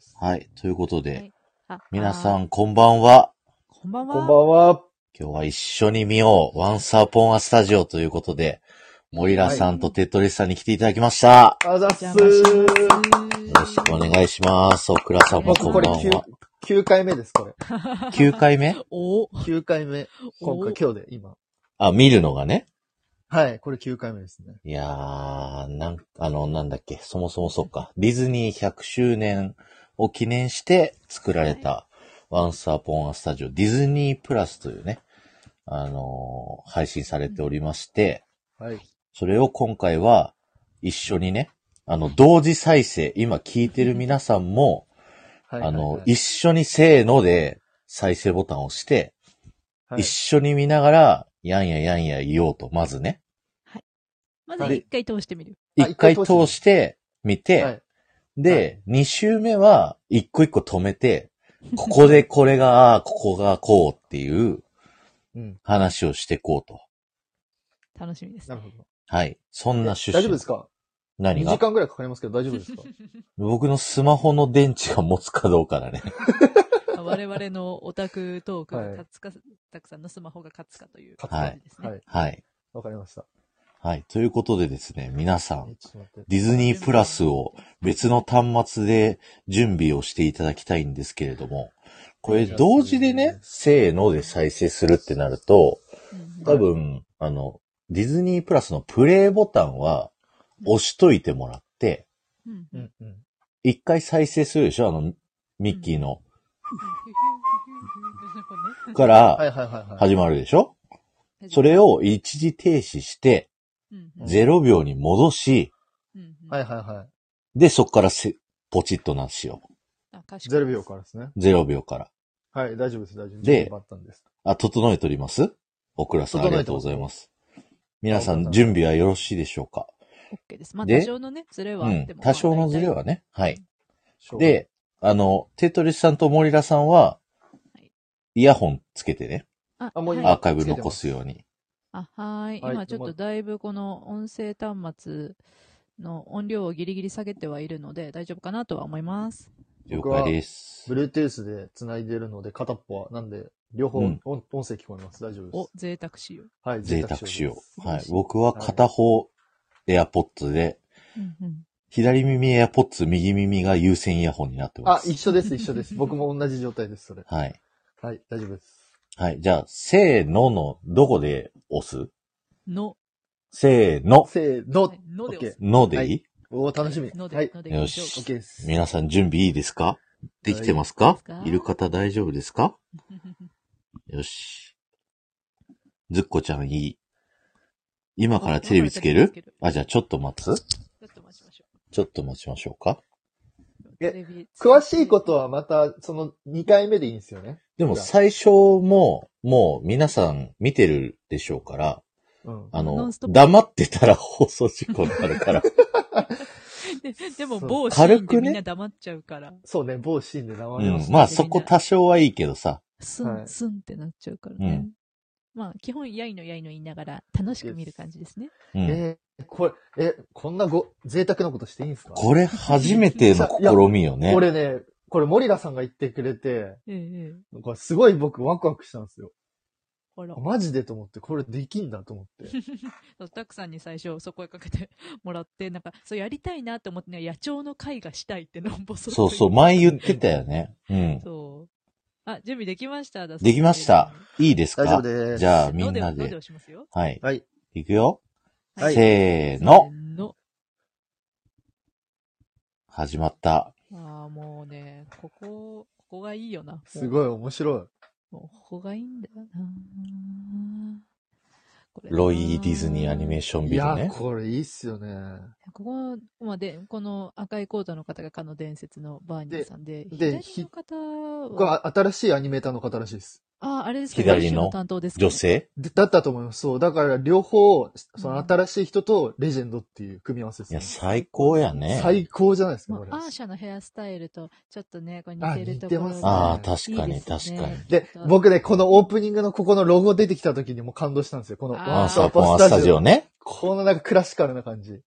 。 はい。ということで、 はい、 皆さんこんばんは。 こんばんは。 こんばんは。 今日は一緒に見よう。Once Upon a Studio ということで、モリラさんとテトリスさんに来ていただきました。 あざっすお邪魔しー。 ますよろしくお願いします。オクラさんもこんばんは。 9回目です、これ。 9回目お 9回目。今日で、今。 あ、見るのがね。 はい、これ9回目ですね。 いやー、なんだっけ、そもそもそうか。ディズニー100周年を記念して作られた、Once Upon a Studio ディズニープラスというね、配信されておりまして、 はい。 それを今回は一緒にね、同時再生、今聞いてる皆さんも、一緒にせーので再生ボタンを押して、一緒に見ながら、やんや言おうと、まずね。 はい。まず一回通してみる。 一回通してみて、で、二周目は一個一個止めて、ここでこれが、ここがこうっていう話をしていこうと。 楽しみです。 なるほど。 はい。そんな趣旨。 大丈夫ですか？ 何が？ 2時間ぐらいかかりますけど大丈夫ですか？ 僕のスマホの電池が持つかどうかだね。 我々のオタクトークが勝つか、たくさんのスマホが勝つかという感じですね。 はい。 わかりました。 はい。ということでですね、皆さん、ディズニープラスを別の端末で準備をしていただきたいんですけれども、これ同時でね、せーので再生するってなると、多分、ディズニープラスのプレイボタンは押しといてもらって、一回再生するでしょ？ミッキーの。から始まるでしょ？それを一時停止して、0秒に戻し、で、そこからポチッとなしよう。0秒からですね。 0秒から。 はい、大丈夫です、大丈夫です。で、整えております？オクラさんありがとうございます。皆さん準備はよろしいでしょうか？ OK です。まあ、多少のね、ズレはあっても。 多少のズレはね。はい。で、テトリスさんとモリラさんは、イヤホンつけてね。アーカイブ残すように。 はい。今ちょっとだいぶこの音声端末の音量をギリギリ下げてはいるので大丈夫かなとは思います。 了解です。 Bluetooth で繋いでるので片っぽは、なんで、両方音声聞こえます。大丈夫です。 お、贅沢しよう。 はい、 贅沢しよう。はい。僕は片方、AirPods で、左耳 AirPods、右耳が有線イヤホンになってます。 一緒です、一緒です。僕も同じ状態です、それ。 はい。 はい、大丈夫です。 はい。じゃあ、せーのの、どこで押す？ の。 せーの。 せーの。 ので押す。 のでいい？ 楽しみ。 はい。 よし。 OK です。 皆さん準備いいですか？できてますか？いる方大丈夫ですか？よし。ずっこちゃんいい？今からテレビつける？じゃあちょっと待つ？ちょっと待ちましょうか。 詳しいことはまた、その2回目でいいんですよね。 でも最初も皆さん見てるでしょうから、黙ってたら放送事故になるから。 でも某シーンでみんな黙っちゃうから。 そうね、某シーンで黙ります。 まあそこ多少はいいけどさ。 スンってなっちゃうからね。まあ基本やいの言いながら楽しく見る感じですね。 こんな贅沢なことしていいんですか？ これ初めての試みよね。 これモリラさんが言ってくれて、これすごい僕ワクワクしたんですよ。マジでと思って、これできんだと思って。 たくさんに最初そこへかけてもらって、なんか、そうやりたいなって思ってね、野鳥の会がしたいってのんぼそそう、前言ってたよね。 そう。準備できました。 できました。いいですか？ 大丈夫です。 じゃあみんなで。はい。 はい。 いくよ。せーの。始まった。 もうね、ここがいいよな。 すごい面白い。 ここがいいんだよな。 ロイ・ディズニーアニメーションビルね。 いや、これいいっすよね。 ここまで、この赤いコートの方がかの伝説のバーニーさんで、左の方は、新しいアニメーターの方らしいです。 あれですか？ 左の女性だったと思います。そう。だから両方、その新しい人とレジェンドっていう組み合わせですね。 いや、最高やね。 最高じゃないですか、これ。 アーシャのヘアスタイルと、ちょっとね、これ似てるところが。 似てますね。確かに。 で、僕ね、このオープニングのここのロゴ出てきた時にも感動したんですよ。このワンサポンスタジオね。 このなんかクラシカルな感じ。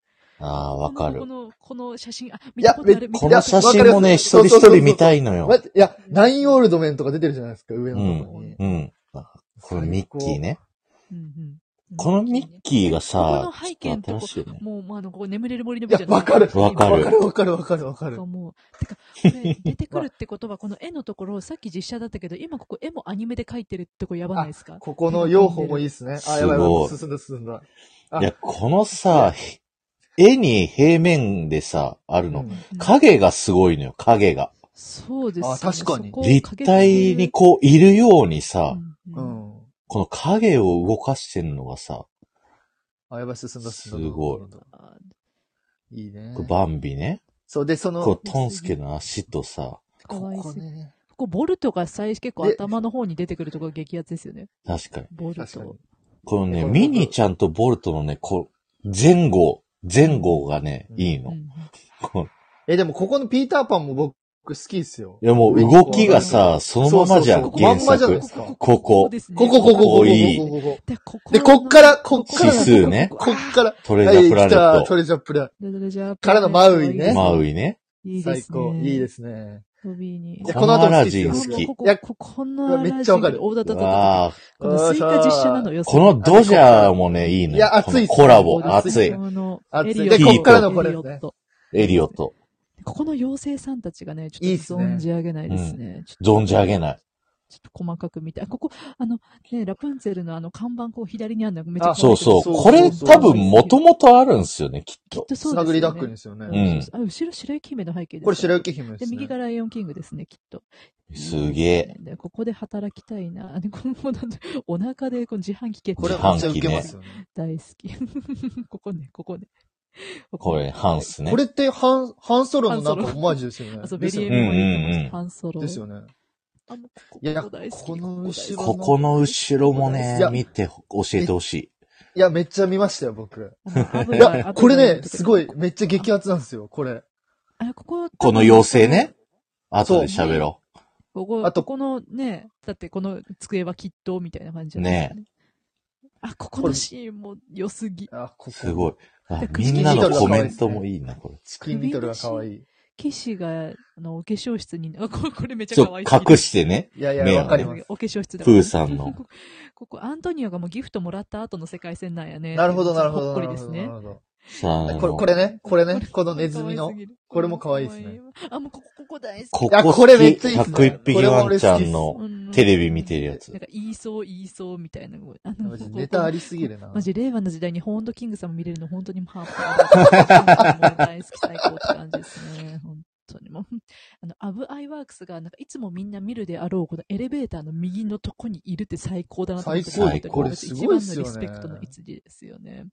ああ、わかる。 この写真、見たことある。 この写真もね、一人一人見たいのよ。 いや、ナインオールドメンとか出てるじゃないですか、上のところに。 うん。これミッキーね。 うんこのミッキーがさ、 この背景のとこ、もう、こう眠れる森の部じゃない。わかる。 わかる。 そう、もう、てか、これ、出てくるってことは、この絵のところ、さっき実写だったけど、今ここ絵もアニメで描いてるってとこやばないですか？ ここの用法もいいですね。あ、やばい、進んだ。 いや、このさ、絵に平面でさ、あるの。影がすごいのよ、影が。 そうですね。 確かに。 立体にこう、いるようにさ、この影を動かしてんのがさ、 やばい、進んだ。 すごい。いいね。 これバンビね。 そう、で、 こう、トンスケの足とさ、 ここボルトが結構頭の方に出てくるところ激アツですよね。 確かに。 ボルト。 このね、ミニちゃんとボルトのね、前後がね、いいの。 でもここのピーターパンも僕好きですよ。 いやもう動きがさ、そのままじゃん、 原作。まんまじゃないですか。 ここいい。 で、こっから、 指数ね。 こっから、 トレジャープラネット。 トレジャープラネット。からのマウイね。 マウイね。 最高。いいですね。 このアラジン好き。いや、このめっちゃわかる。 このスイカ実写なのよ。 このドジャーもね、いいね。 いや、熱い。 コラボ、熱い。 で、こっからのこれですね。 エリオット。 ここの妖精さんたちがね、ちょっと存じ上げないですね。 存じ上げない。 ちょっと細かく見て。ここ、ラプンツェルの看板左にあるのがめっちゃそうそう。これ多分元々あるんですよね、きっと。 きっとそうですね。 スナグリダックですよね。 後ろ白雪姫の背景です。 これ白雪姫ですね。 で、右がライオンキングですね、きっと。 すげえ。 ここで働きたいな。お腹でこの自販機蹴って。 これめっちゃ受けますよね。 大好き。ここね。 これ、ハンスね。 これってハンソロのなんかオマージュですよね。 そう、ベリエミもハンソロ。 ですよね。いや、この後ろもね、見て、教えてほしい。 いや、めっちゃ見ましたよ、僕。いや、これね、すごい、めっちゃ激アツなんですよ、これ。 この妖精ね。後で喋ろう。このね、だってこの机はきっと、みたいな感じね。 ここのシーンも良すぎ。 すごい。みんなのコメントもいいな、これ。 チキンリトルが可愛い。 騎士が、お化粧室に、これめっちゃ可愛い。 隠してね。 いや、わかります。 お化粧室で。 プーさんの。 ここ、アントニオがもうギフトもらった後の世界線なんやね。 なるほど。 ほっこりですね。 さあ。これね、このネズミの。これも可愛いですね。 もうここ大好き。 これめっちゃいいですね。 101匹ワンちゃんのテレビ見てるやつ。 なんか言いそうみたいな。 ネタありすぎるな。 マジ令和の時代にホーンドキングさんも見れるの本当にハーパー大好き最高って感じですね。本当にもう。アブアイワークスが、なんかいつもみんな見るであろう、このエレベーターの右のとこにいるって最高だなと思って。 最高。これすごいですよね。 一番のリスペクトの一時ですよね。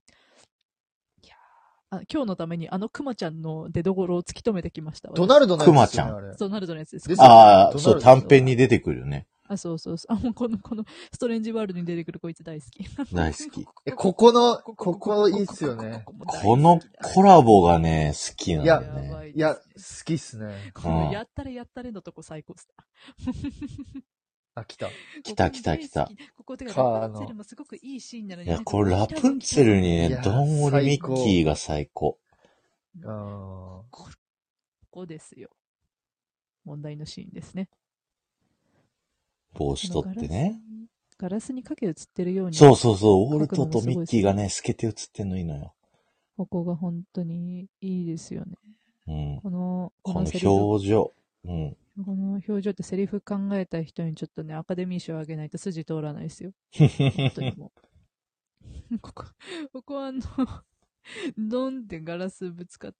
今日のためにクマちゃんの出所を突き止めてきました。 ドナルドのやつですよね。クマちゃん。 ドナルドのやつです。 そう、短編に出てくるよね。 そう。もうこのストレンジワールドに出てくるこいつ大好き。 大好き。 ここいいっすよね。 このコラボがね、好きなんだよね。 いや、好きっすね。 やったれのとこ最高っす。 来た。 ここでラプンツェルもすごくいいシーンなのに。 いや、これラプンツェルにね、どんぐりミッキーが最高。 ここですよ。問題のシーンですね。 帽子取ってね。 ガラスに影映ってるように。 そう。ウォルトとミッキーがね、透けて映ってんのいいのよ。 ここが本当にいいですよね。この表情。 この表情ってセリフ考えた人にちょっとね、アカデミー賞あげないと筋通らないですよ。本当にもう。ここはドンってガラスぶつかって、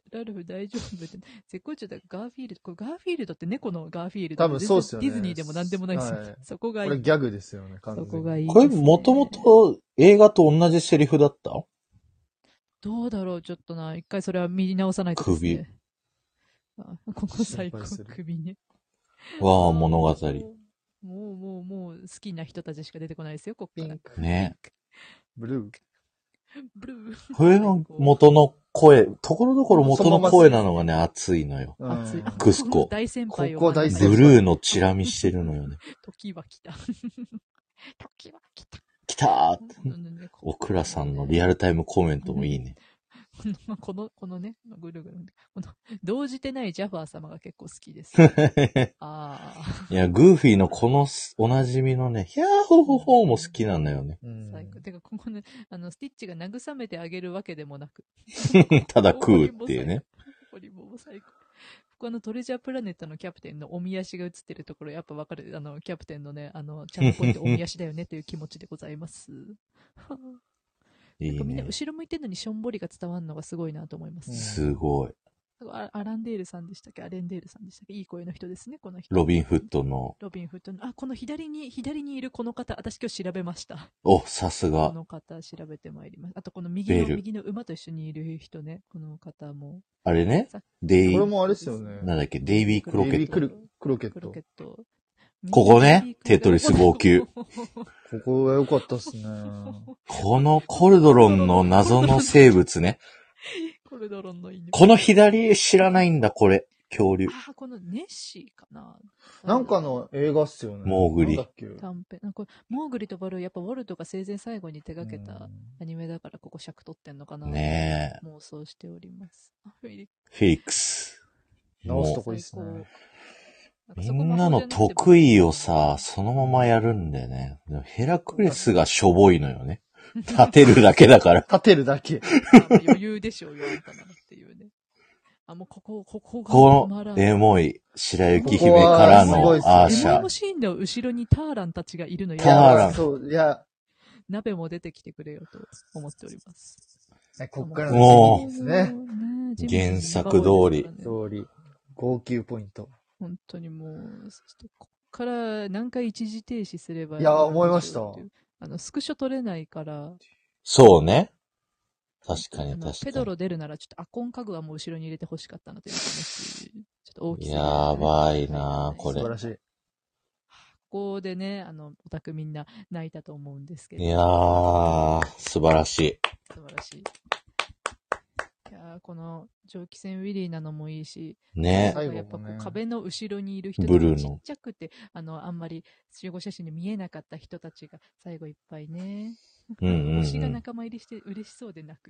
ラルフ大丈夫って、絶好調だ、ガーフィールドって猫のガーフィールド。 多分そうっすよね。 ディズニーでもなんでもないですよ。そこがいい。 これギャグですよね、 そこがいい。 これもともと映画と同じセリフだった？ どうだろう、ちょっとな。一回それは見直さないとですね。ここ最高、首ね。 わあ、物語。 もう、好きな人たちしか出てこないですよ、こっから。 ね。 ブルー。 これの元の声、ところどころ元の声なのがね、熱いのよ。 熱い。 クスコ。 大先輩を。 ブルーのチラ見してるのよね。 時は来た。 来たーって。オクラさんのリアルタイムコメントもいいね。 このね、ぐるぐる。この、動じてないジャファー様が結構好きです。ああ。 いや、グーフィーのこのおなじみのね、ヒャーホーホーホーも好きなんだよね。 最高。てか、ここね、スティッチが慰めてあげるわけでもなく。 ただ食うっていうね。 オリボも最高。ここトレジャープラネットのキャプテンのおみ足が映ってるところ、やっぱわかる。キャプテンのね、チャンポイっておみ足だよねという気持ちでございます。なんかみんな後ろ向いてるのにしょんぼりが伝わるのがすごいなと思います。 すごい。 アランデールさんでしたっけ？アレンデールさんでしたっけ？いい声の人ですね、この人。 ロビンフットの。 この左にいるこの方、私今日調べました。 お、さすが。 この方調べてまいります。あとこの右の馬と一緒にいる人ね、この方も。 あれね、 これもあれですよね。 なんだっけ、デイビー・クロケット。 クロケット。 ここね、テトリス号泣。 ここが良かったっすね。 このコルドロンの謎の生物ね。 コルドロンの犬。 この左知らないんだ、これ。恐竜。 このネッシーかな。 なんかの映画っすよね。 モーグリ。 短編。モーグリとバルー、やっぱウォルトが生前最後に手掛けたアニメだからここ尺取ってんのかな。 ねえ。 妄想しております。 フェリックス。 直すとこいいっすね。 みんなの得意をさ、そのままやるんだよね。ヘラクレスがしょぼいのよね。立てるだけだから。 立てるだけ。 余裕でしょうよ、あんたならっていうね。もうここが。エモい、白雪姫からのアーシャ。 エモシーンの後ろにターランたちがいるのよ。 ターラン。 そう、いや。 鍋も出てきてくれよと思っております。 こっからのですね。 原作通り。 号泣ポイント。 本当にもう、こっから何回一時停止すればいや、思いました。 スクショ取れないから。 そうね。確かに。 ペドロ出るならちょっとアコン家具はもう後ろに入れてほしかったなという気持ち。ちょっと大きさ、 やばいなこれ。 素晴らしい。 ここでね、オタクみんな泣いたと思うんですけど。 いやー、素晴らしい。 素晴らしい。いやこの蒸気船ウィリーなのもいいし、 ね。 やっぱこう壁の後ろにいる人ブルーのちっちゃくて、あんまり集合写真で見えなかった人たちが最後いっぱいね。推しが仲間入りして嬉しそうで泣く。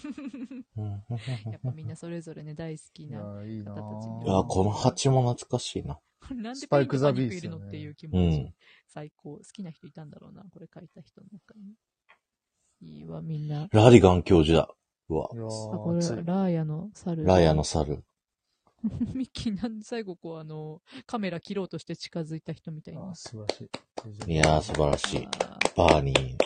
やっぱみんなそれぞれね、大好きな方たちに。いや、この蜂も懐かしいな。 なんでペイントパニックいるのっていう気持ち。最高。好きな人いたんだろうな、これ書いた人の中に。いいわ、みんな。 ラディガン教授だ。うわ。 これ、ラーヤの猿。 ラーヤの猿。 ミッキーなんで最後カメラ切ろうとして近づいた人みたいな。 素晴らしい。いやー、素晴らしい。バーニー。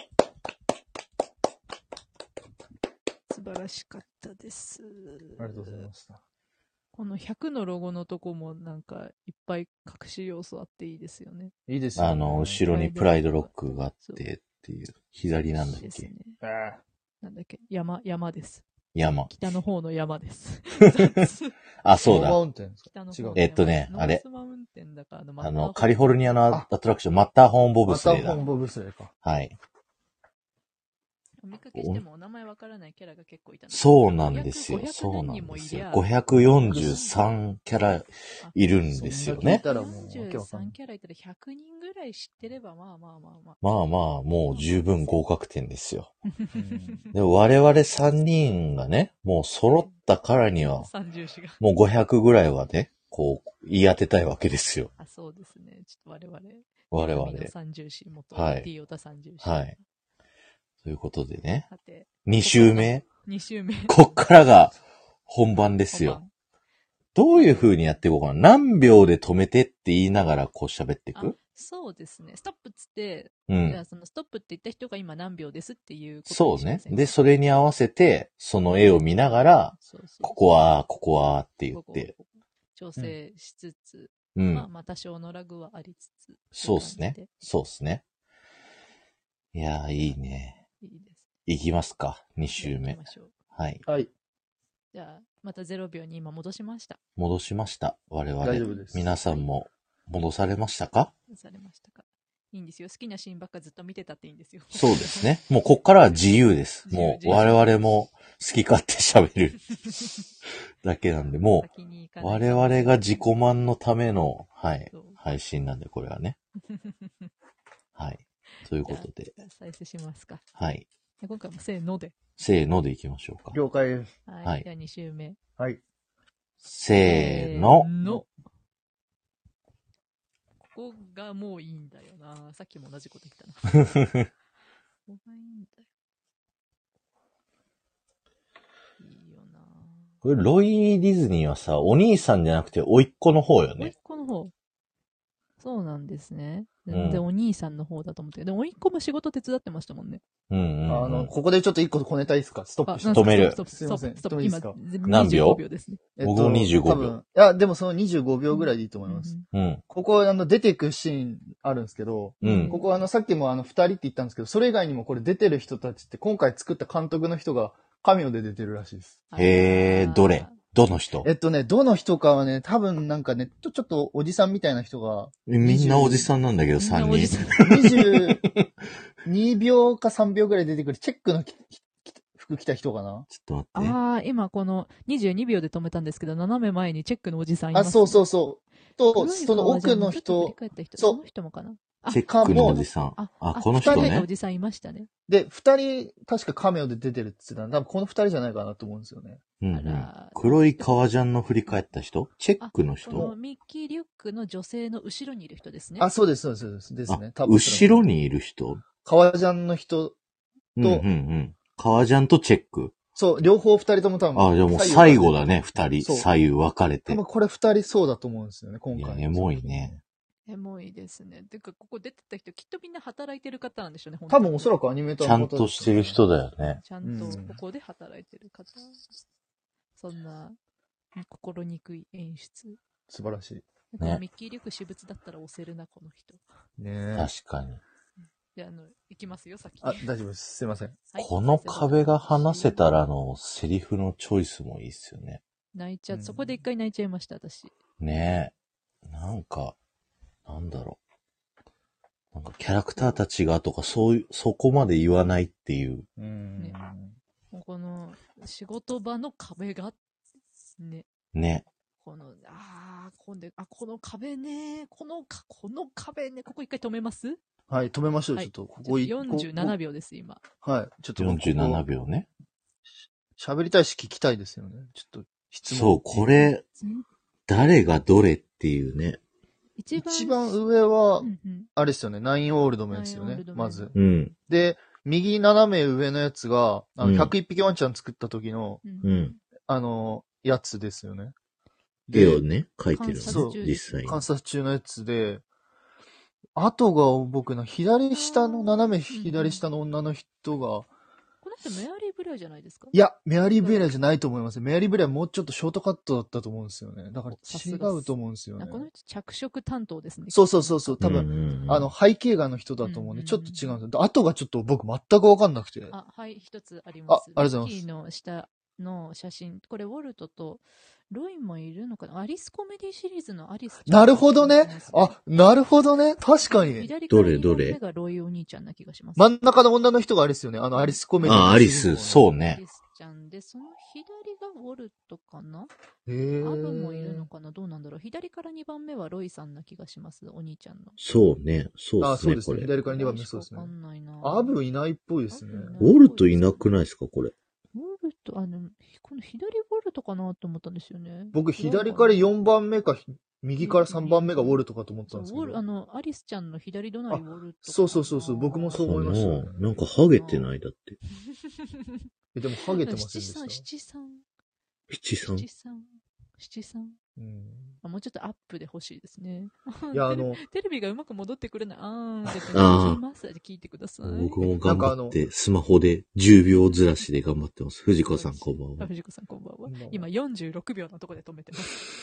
素晴らしかったです。 ありがとうございました。 この100のロゴのとこもなんかいっぱい隠し要素あっていいですよね。 いいですよね。 後ろにプライドロックがあってっていう。左なんだっけ。ですね。 なんだっけ、山です。 山。 北の方の山です。 あ、そうだ。 マウンテン。 北の方あれ。 マウンテンだかカリフォルニアのアトラクション、マッターホーンボブスレーだ。 マッターホーンボブスレーか。 はい。 お見かけしてもお名前わからないキャラが結構いたの。 そうなんですよ。そうなんですよ。543キャラいるんですよね。 543キャラいたら100人ぐらい知ってれば、まあ、 もう十分合格点ですよ。でも我々3人がね、もう揃ったからには、もう500ぐらいはね、こう、言い当てたいわけですよ。 そうですね。ちょっと我々。 三重視、元 T オタ三重視。 はい。ということでね。2週目。 2週目。 こっからが本番ですよ。どういう風にやっていこうかな。何秒で止めてって言いながらこう喋っていく？ そうですね。ストップっつって、 じゃあそのストップって言った人が今何秒ですっていうことそうね。で、それに合わせて、その絵を見ながら、ここはって言って。 調整しつつ、まあ多少のラグはありつつ。 そうですね。そうですね。いやー、いいね。いいです。いきますか。2週目。はい。 はい。 じゃあ、また0秒に今戻しました。 戻しました。我々。 大丈夫です。 皆さんも戻されましたか？ 戻されましたか。いいんですよ。好きなシーンばっかずっと見てたっていいんですよ。 そうですね。もうこっからは自由です。もう我々も好き勝手喋るだけなんで、もう我々が自己満のための、はい、配信なんで、これはね。はい。ということで。 再生しますか。 はい。 今回もせーので。 せーのでいきましょうか。 了解です。 はい。じゃあ2周目。 はい。 せーの。 ここがもういいんだよな。さっきも同じこと言ったな。ここがいいんだよ。いいよな。 これ、ロイ・ディズニーはさ、お兄さんじゃなくて、甥っ子の方よね。 甥っ子の方。そうなんですね。全然お兄さんの方だと思って。でも、甥っ子も仕事手伝ってましたもんね。 ここでちょっと一個小ネタいいですか？ストップして。 止める。 すいません。 今、 何秒？ 25秒ですね。 僕も25秒。 いや、でもその25秒ぐらいでいいと思います。ここ、出ていくシーンあるんですけど、ここさっきも2人って言ったんですけど、それ以外にもこれ出てる人たちって今回作った監督の人がカメオで出てるらしいです。 へー、どの人？ どの人かはね、多分なんかね、ちょっとおじさんみたいな人が。 みんなおじさんなんだけど、3 人。22秒か3秒ぐらい出てくるチェックの服着た人かな？ ちょっと待って。 今この22秒で止めたんですけど、斜め前にチェックのおじさんいます、ね。 そう。と、その奥の人。 その人もかな？ チェックのおじさん。この人ね。 二人のおじさんいましたね。 で、2人、確かカメオで出てるって言ってたんで、多分この2人じゃないかなと思うんですよね。 黒い革ジャンの振り返った人？チェックの人？ このミッキー・リュックの女性の後ろにいる人ですね。 そうです。ですね。 後ろにいる人？ 革ジャンの人と、 革ジャンとチェック。 そう、両方2人とも多分。 じゃあもう最後だね、2人。左右分かれて。 多分これ2人そうだと思うんですよね、今回。 エモいね。 エモいですね。てか、ここ出てた人、きっとみんな働いてる方なんでしょうね、 多分おそらくアニメーターの方、ちゃんとしてる人だよね。 ちゃんとここで働いてる方。そんな、心にくい演出。 素晴らしい。 ミッキー・リュック私物だったら押せるな、この人。 ね、確かに。 じゃあ、いきますよ、さっき。 大丈夫です。すいません。 この壁が話せたらセリフのチョイスもいいっすよね。 泣いちゃう。そこで一回泣いちゃいました、私。 ねえ。なんだろう。なんかキャラクターたちがとかそこまで言わないっていう。 ね、この仕事場の壁がね。 この壁ね、この壁ね、ここ一回止めます？ はい、止めましょう、ちょっと。ここ 47秒です、今。 はい、ちょっと。 47秒ね。 喋りたいし聞きたいですよね。ちょっと質問。 そう、これ、誰がどれっていうね。 一番上は、あれですよね、ナインオールドメンですよね、まず。で、右斜め上のやつが、101匹ワンちゃん作った時の、やつですよね。 絵をね、描いてるのそう、 実際に。 観察中のやつで、あとが僕の斜め左下の女の人が、 この人メアリー・ブレアじゃないですか？ いや、メアリー・ブレアじゃないと思います。メアリー・ブレアもうちょっとショートカットだったと思うんですよね。だから違うと思うんですよね。 この人着色担当ですね。 そう。多分、背景画の人だと思うんで、ちょっと違うんですよ。あとがちょっと僕全くわかんなくて。 はい、一つあります。 ありがとうございます。 ミッキーの下の写真。これ、ウォルトとロイもいるのかな？アリスコメディシリーズのアリス。 なるほどね。なるほどね。確かに。 どれどれ？ がロイお兄ちゃんな気がします。 真ん中の女の人があれですよね。アリスコメディ。 アリス、そうね。 アリスちゃんで、その左がウォルトかな？アブもいるのかな？どうなんだろう。左から2番目はロイさんな気がします。お兄ちゃんの。 そうね。そうですね。左から2番目そうですね。 わかんないな。 アブいないっぽいですね。 ウォルトいなくないですか、これ。 ウォルト、この左ウォルトかなと思ったんですよね。 僕、左から4番目か、右から3番目がウォルトかと思ったんですけど。 アリスちゃんの左隣ウォルト。 そう。僕もそう思いました。 なんかハゲてないだって。 でもハゲてませんでした。 七三。もうちょっとアップで欲しいですね。 いや、 テレビがうまく戻ってくれない。聞いてください。 僕も頑張って、スマホで10秒ずらしで頑張ってます。藤子さんこんばんは。 藤子さんこんばんは。今46秒のとこで止めてます。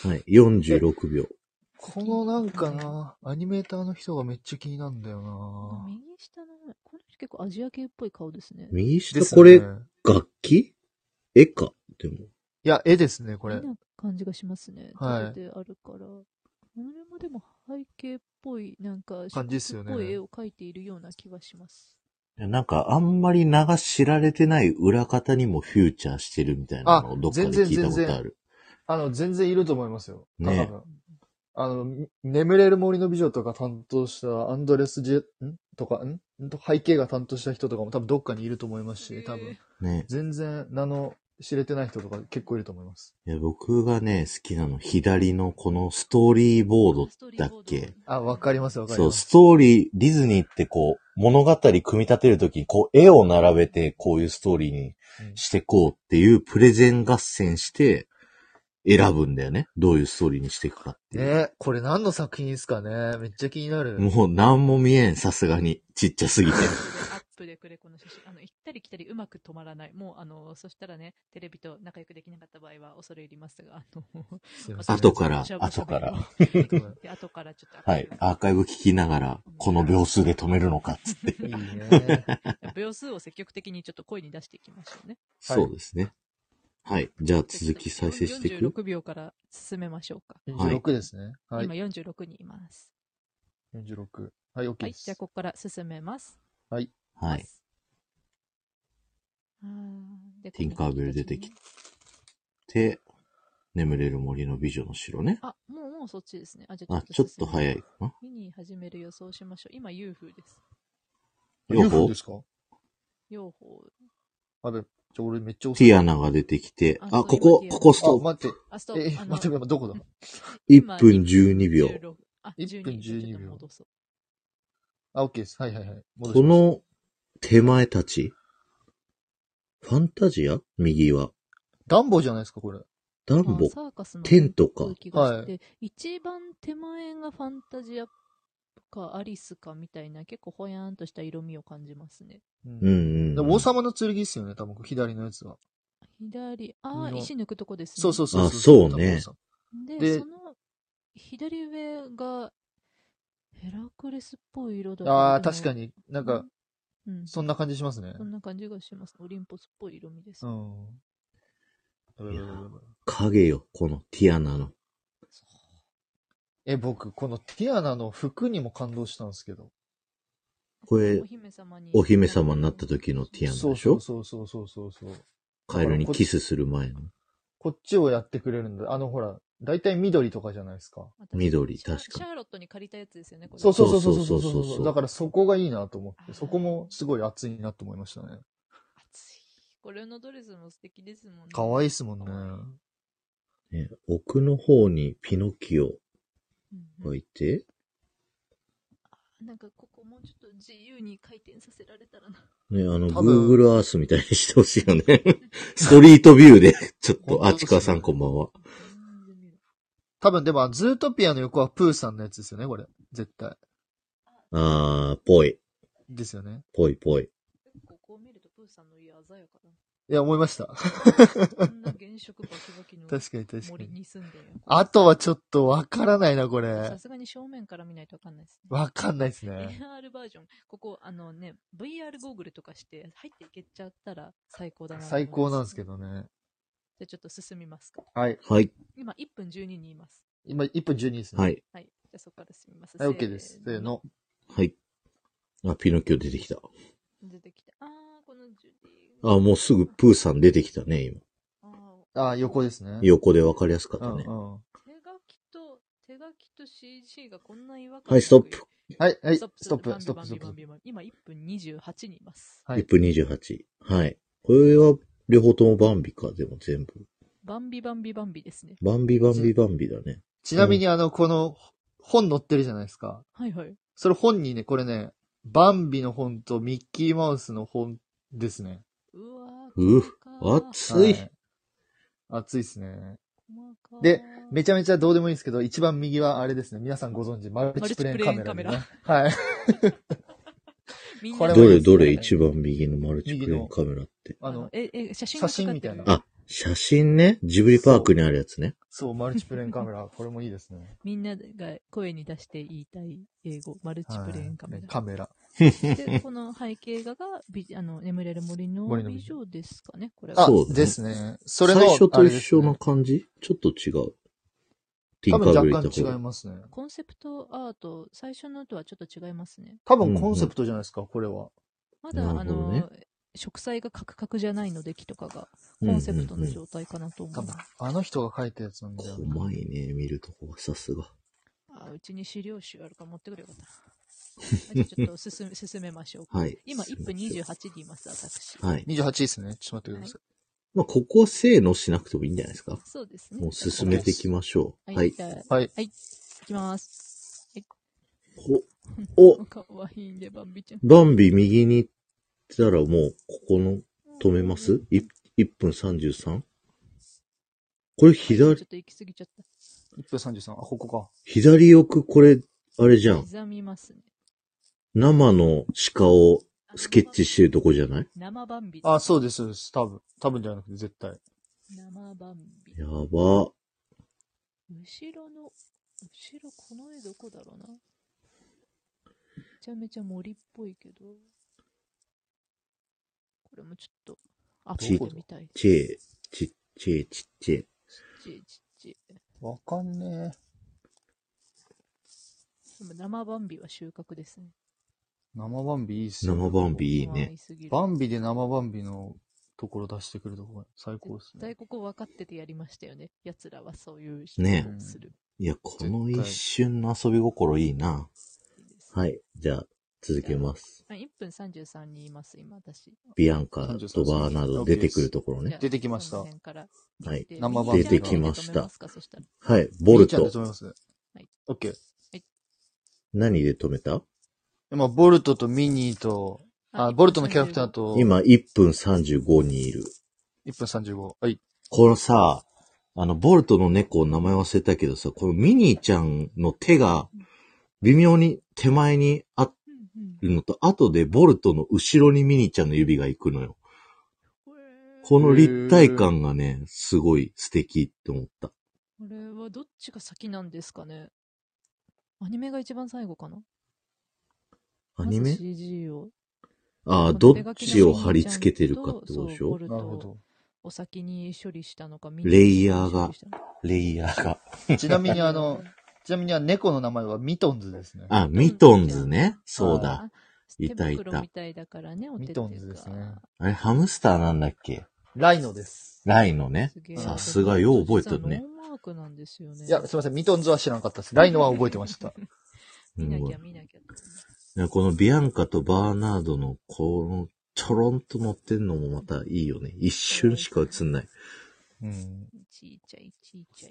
はい、46秒。 このなんかな、アニメーターの人がめっちゃ気になるんだよな。 右下の、この人結構アジア系っぽい顔ですね。 右下これ、楽器？絵かでも。 いや、絵ですね、これ。 絵な感じがしますね。 はい。 であるから。これもでも背景っぽい、なんか、 感じですよね。 っぽい絵を描いているような気はします。 なんか、あんまり知られてない裏方にもフューチャーしてるみたいなのをどっかで聞いたことある。 全然いると思いますよ。ね。 眠れる森の美女とか担当したアンドレス・とか、背景が担当した人とかも多分どっかにいると思いますし、多分。ね。全然名の知れてない人とか結構いると思います。 いや、僕がね、好きなの、左のこのストーリーボードだっけ？ あ、わかりますわかります。 そう、ストーリー、ディズニーってこう、物語組み立てるときに、こう、絵を並べて、こういうストーリーにしてこうっていうプレゼン合戦して、選ぶんだよね。どういうストーリーにしていくかっていう。 これ何の作品ですかね？めっちゃ気になる。 もう何も見えん、さすがに。ちっちゃすぎて。 アップでくれ、この写真。行ったり来たりうまく止まらない。もう、そしたらね、テレビと仲良くできなかった場合は恐れ入りますが、 後から。 後からちょっと。 はい。アーカイブ聞きながら、この秒数で止めるのかっつって。いいね。秒数を積極的にちょっと声に出していきましょうね。 そうですね。はい。じゃあ続き再生していく。 46秒から進めましょうか。 46ですね。 はい。今46にいます。 46。はい、OK です。はい。 じゃあここから進めます。 はい。 はい。ティンカーベル出てきて、眠れる森の美女の城ね。 あ、もうそっちですね。 じゃあちょっと早いかな。 見に始める予想しましょう。今、UFO です。 UFO ですか？ UFO。 俺めっちゃティアナが出てきて、ここストップ。 待って、どこだ？ 1 分12秒。 1分12秒。OK です。はい。 この手前たちファンタジア？右は。 ダンボじゃないですか、これ。 ダンボ。テントか。 はい。一番手前がファンタジアかアリスかみたいな結構ほやーんとした色味を感じますね。 王様の剣ですよね、多分左のやつは。 左、石抜くとこですね。 そう。 そうね。 で、その左上がヘラクレスっぽい色だ。 確かになんか、そんな感じしますね。 そんな感じがします。オリンポスっぽい色味です。 影よ、このティアナの。 僕、このティアナの服にも感動したんですけど。 これ、お姫様になった時のティアナでしょ？そう。カエルにキスする前の。 こっちをやってくれるんだ。ほら、だいたい緑とかじゃないですか。 緑、確かに。 シャーロットに借りたやつですよね、これ。 そう。だからそこがいいなと思って、そこもすごい熱いなと思いましたね。 熱い。これのドレスも素敵ですもんね。 可愛いですもんね。奥の方にピノキオがいて、 なんかここもうちょっと自由に回転させられたらな。 ね、Google Earth みたいにしてほしいよね。ストリートビューで、ちょっと、ちかさんこんばんは。 多分でも、ズートピアの横はプーさんのやつですよね、これ。絶対。 ぽい。 ですよね。 ぽい。 ここを見るとプーさんの家鮮やかだ。 いや、思いました。 こんな原色バキバキの森に住んでる。 あとはちょっとわからないな、これ。 さすがに正面から見ないとわかんないですね。 わかんないですね。 AR バージョン。ここ、VR ゴーグルとかして入っていけちゃったら最高だな。 最高なんですけどね。 じゃあちょっと進みますか。 はい。 今1分12にいます。 今1分12ですね。 はい。 じゃあそこから進みます。 はい、OK です。せーの。 はい。ピノキオ出てきた。 このジュディ。 もうすぐプーさん出てきたね、 今。横ですね。 横で分かりやすかったね。 手書きと CG がこんな違和感。 はい、ストップ。 はい、ストップ。 今1分28にいます。 1分28。はい。これは両方ともバンビか、でも全部。 バンビですね。 バンビだね。 ちなみにこの本載ってるじゃないですか。 はい。 それ本にね、これね、バンビの本とミッキーマウスの本ですね。 熱い。 熱いっすね。で、めちゃめちゃどうでもいいんですけど、一番右はあれですね。皆さんご存知、マルチプレーンカメラ、ね。はい。 どれ一番右のマルチプレーンカメラって。 写真みたいな。 写真ね。ジブリパークにあるやつね。 そう、マルチプレーンカメラ。これもいいですね。 みんなが声に出して言いたい英語、マルチプレーンカメラ。で、この背景画が、眠れる森の美女ですかね、これは。 そうですね。それの、最初と一緒な感じ？ちょっと違う。 多分若干違いますね。 コンセプトアート、最初のとはちょっと違いますね。 多分コンセプトじゃないですか、これは。 まだ、植栽がカクカクじゃないので木とかがコンセプトの状態かなと思う。 あの人が描いたやつなんだよ。 うまいね、見るとこがさすが。 うちに資料集あるから持ってくれよかったな。じゃあちょっと進めましょうか。 はい。 今1分28でいます、私。 はい。 28ですね。ちょっと待ってください。 まあ、ここはせーのしなくてもいいんじゃないですか。 そうですね。 もう進めていきましょう。はい。 はい。 はい。いきます。はい。 おかわいいね、バンビちゃん。 バンビ右に行ったらもう、ここの、止めます ?1 分 33? これ左、 ちょっと行き過ぎちゃった。 1分33。あ、ここか。 左奥、これ、あれじゃん。 刻みますね。 生の鹿をスケッチしてるとこじゃない？ 生バンビ。 あ、そうです、そうです。多分じゃなくて絶対。 生バンビ。 やば。 後ろ、この絵どこだろうな。めちゃめちゃ森っぽいけど。これもちょっと、アップで見たい。 ちっちゃい。 わかんねえ。 でも生バンビは収穫ですね。 生バンビいいっすよ。 生バンビいいね。 バンビで生バンビのところ出してくるところ最高ですね。 絶対ここ分かっててやりましたよね。奴らはそういう人をする。 いや、この一瞬の遊び心いいな。はい。じゃあ、続けます。 1分33にいます、今私。 ビアンカとバーナード出てくるところね。 出てきました。 はい。 生バンビ出てきました。はい。ボルト。 止めます。はい。オッケー。 はい。 何で止めた？ 今、ボルトとミニーと、ボルトのキャラクターと。 今、1分35にいる。 1分35。はい。 このさ、ボルトの猫、名前忘れたけどさ、このミニーちゃんの手が、微妙に手前にあるのと、後でボルトの後ろにミニーちゃんの指が行くのよ。この立体感がね、すごい素敵って思った。 これはどっちが先なんですかね？アニメが一番最後かな？ アニメ？ CG を。 どっちを貼り付けてるかってことでしょ？ なるほど。お先に処理したのか、 レイヤーが。 ちなみに猫の名前はミトンズですね。 ミトンズね。そうだ。いた。 みたいだからね、 ミトンズですね。 あれ、ハムスターなんだっけ？ ライノです。 ライノね。さすがよう覚えてるね。 ノーマークなんですよね。 いや、すいません。ミトンズは知らなかったです。ライノは覚えてました。 見なきゃ。 このビアンカとバーナードのこのちょろんと乗ってんのもまたいいよね。一瞬しか映んない。 ちいちゃい。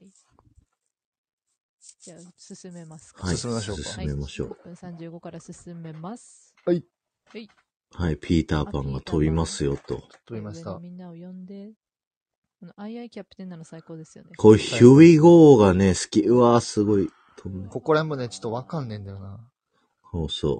じゃあ、進めますか。 はい、進めましょうか。 進めましょう。 1分35から進めます。 はい。 はい、ピーターパンが飛びますよと。 飛びました。 みんなを呼んで、このアイアイキャプテンなの最高ですよね。 こういうヒューイゴーがね、好き。うわーすごい。 ここら辺もね、ちょっとわかんねえんだよな。 そう。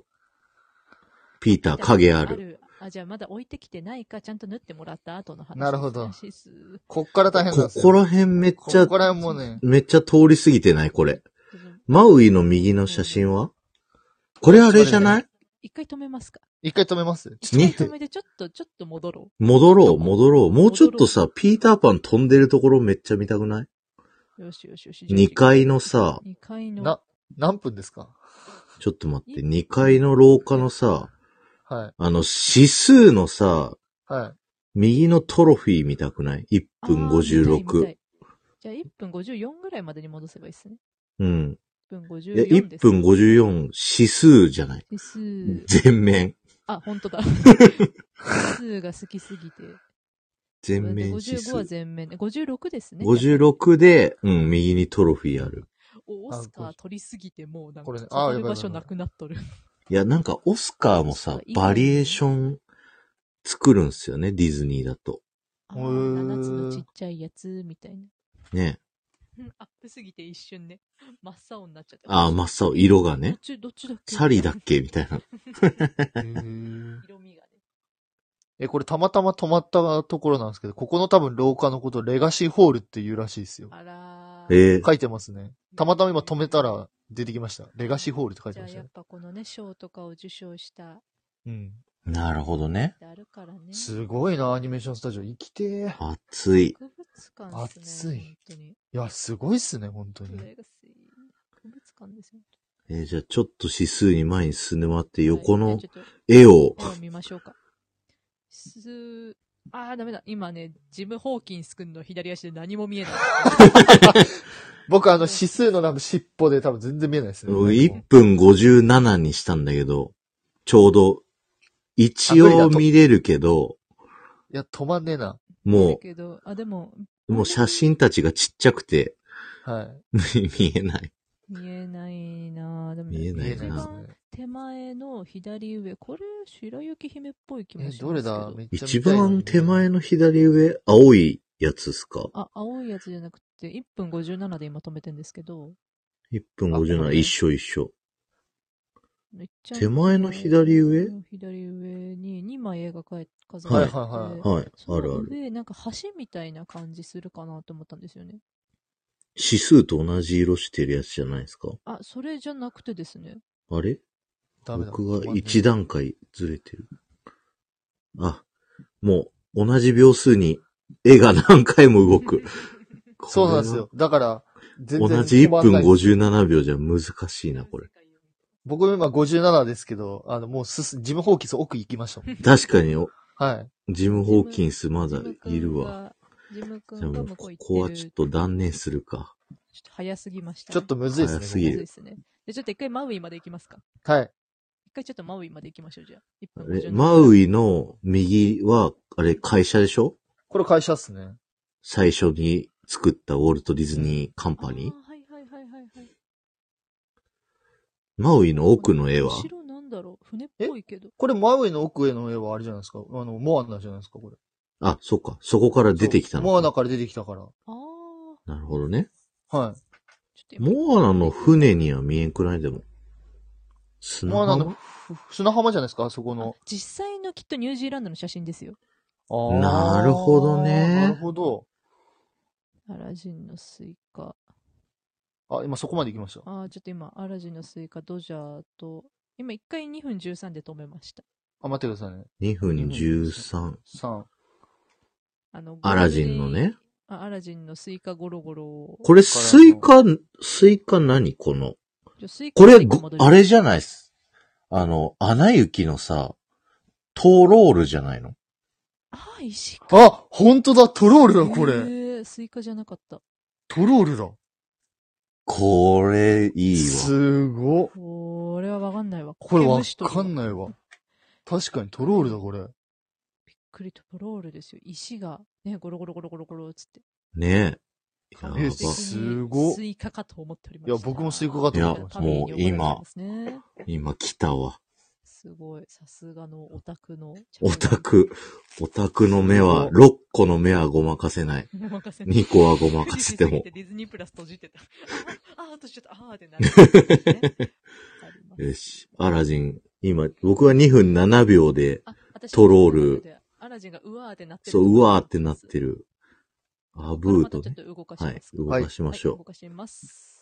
ピーター影ある。 じゃあまだ置いてきてないか、ちゃんと縫ってもらった後の話。 なるほど。こっから大変なんですよ。 ここら辺めっちゃ、 ここら辺もね、 めっちゃ通り過ぎてないこれ。マウイの右の写真はこれあれじゃない？ 一回止めますか？ 一回止めます？ 一回止めてちょっと戻ろう。 戻ろう。もうちょっとさ、ピーターパン飛んでるところめっちゃ見たくない？ よし。 2階のさ、 2階の。 何分ですか？ ちょっと待って、2階の廊下のさ、 はい。 指数のさ、 はい。 右のトロフィー見たくない？ 1 分56。 じゃあ1分54ぐらいまでに戻せばいいっすね。 うん。 1分54です。 1分54、指数じゃない。 指数。 全面。 ほんとだ。指数が好きすぎて。 全面指数。 55は全面で。56ですね。 56で、右にトロフィーある。 オスカー取りすぎてもうなんか、 ある場所なくなっとる。 いや、なんかオスカーもさ、バリエーション作るんすよね、ディズニーだと。 7つのちっちゃいやつ、みたいな。 ね。 アップすぎて一瞬ね、真っ青になっちゃった。 真っ青、色がね。 どっちだっけ？ サリーだっけみたいな。 色味がね。これたまたま止まったところなんですけど、ここの多分廊下のことレガシーホールって言うらしいですよ。書いてますね。たまたま今止めたら出てきました。レガシーホールって書いてましたね。 じゃあやっぱこのね、賞とかを受賞した。 なるほどね。 すごいな、アニメーションスタジオ。生きてー。 熱い。 熱い。いや、すごいっすね、本当に。 博物館ですよ。 じゃあちょっと指数に前に進んでもらって、横の絵を。 見ましょうか。ダメだ。今ね、ジム・ホーキンス君の左足で何も見えない。 僕指数の尻尾で多分全然見えないですね。 1分57にしたんだけど、ちょうど、一応見れるけど、 いや、止まんねえな。 もう写真たちがちっちゃくて、 はい。 見えない。 見えないなぁ。でも見えないな。 手前の左上、これ、白雪姫っぽい気もしますけど。 どれだめっちゃ見たい。 一番手前の左上、青いやつですか？ 青いやつじゃなくて、1分57で今止めてんですけど。 1分57、一緒。手前の左上に2枚絵が飾られてて、 はい、 ある。上、なんか橋みたいな感じするかなと思ったんですよね。 指数と同じ色してるやつじゃないですか？ それじゃなくてですね。 あれ？僕が一段階ずれてる。もう同じ秒数に絵が何回も動く。 そうなんですよ。だから、 全然同じ1分57秒じゃ難しいな、これ。 僕も今57ですけど、もうジム・ホーキンス奥行きましたもん。 確かにはい。 ジム・ホーキンスまだいるわ。じゃあもうここはちょっと断念するか。 ちょっと早すぎました、 ね。ちょっとむずいですね。 早すぎる。 で、ちょっと一回マウイまで行きますか。 はい。 一回ちょっとマウイまで行きましょう、じゃあ。 マウイの右は、あれ会社でしょ？ これ会社っすね。 最初に作ったウォルト・ディズニー・カンパニー。 はい。 マウイの奥の絵は後ろなんだろう？船っぽいけど。 これマウイの奥への絵はあれじゃないですか。モアナじゃないですか、これ。 そっか。そこから出てきたのか。 モアナから出てきたから。 なるほどね。 はい。 モアナの船には見えんくらいでも。 モアナの砂浜じゃないですか、そこの。 実際のきっとニュージーランドの写真ですよ。 なるほどね。 なるほど。 アラジンのスイカ。 今そこまで行きました。 ちょっと今、アラジンのスイカ、ドジャーと、今1回2分13で止めました。 待ってくださいね。 2分13。 3。 アラジンのね。 アラジンのスイカゴロゴロ。 これスイカ何この。これ、あれじゃないっす。アナ雪のさ、トロールじゃないの？ 石か。 ほんとだ、トロールだ、これ。 スイカじゃなかった。 トロールだ。 これ、いいわ。 すご。 これはわかんないわ。 これわかんないわ。確かにトロールだ、これ。 びっくりトロールですよ。石が、ね、ゴロゴロつって。 ねえ。すご。 スイカかと思っておりました。 いや、僕もスイカかと思ってました。 もう今来たわ。 すごい。さすがのオタクの。 オタクの目は、6個の目はごまかせない。2個はごまかせても。 ディズニープラス閉じてた。とちょっと、ってなる。 よし。アラジン。今、僕は2分7秒で、トロール。 アラジンがうわーってなってる。 そう、うわーってなってる。ブーとね。 動かします。 動かしましょう。 動かします。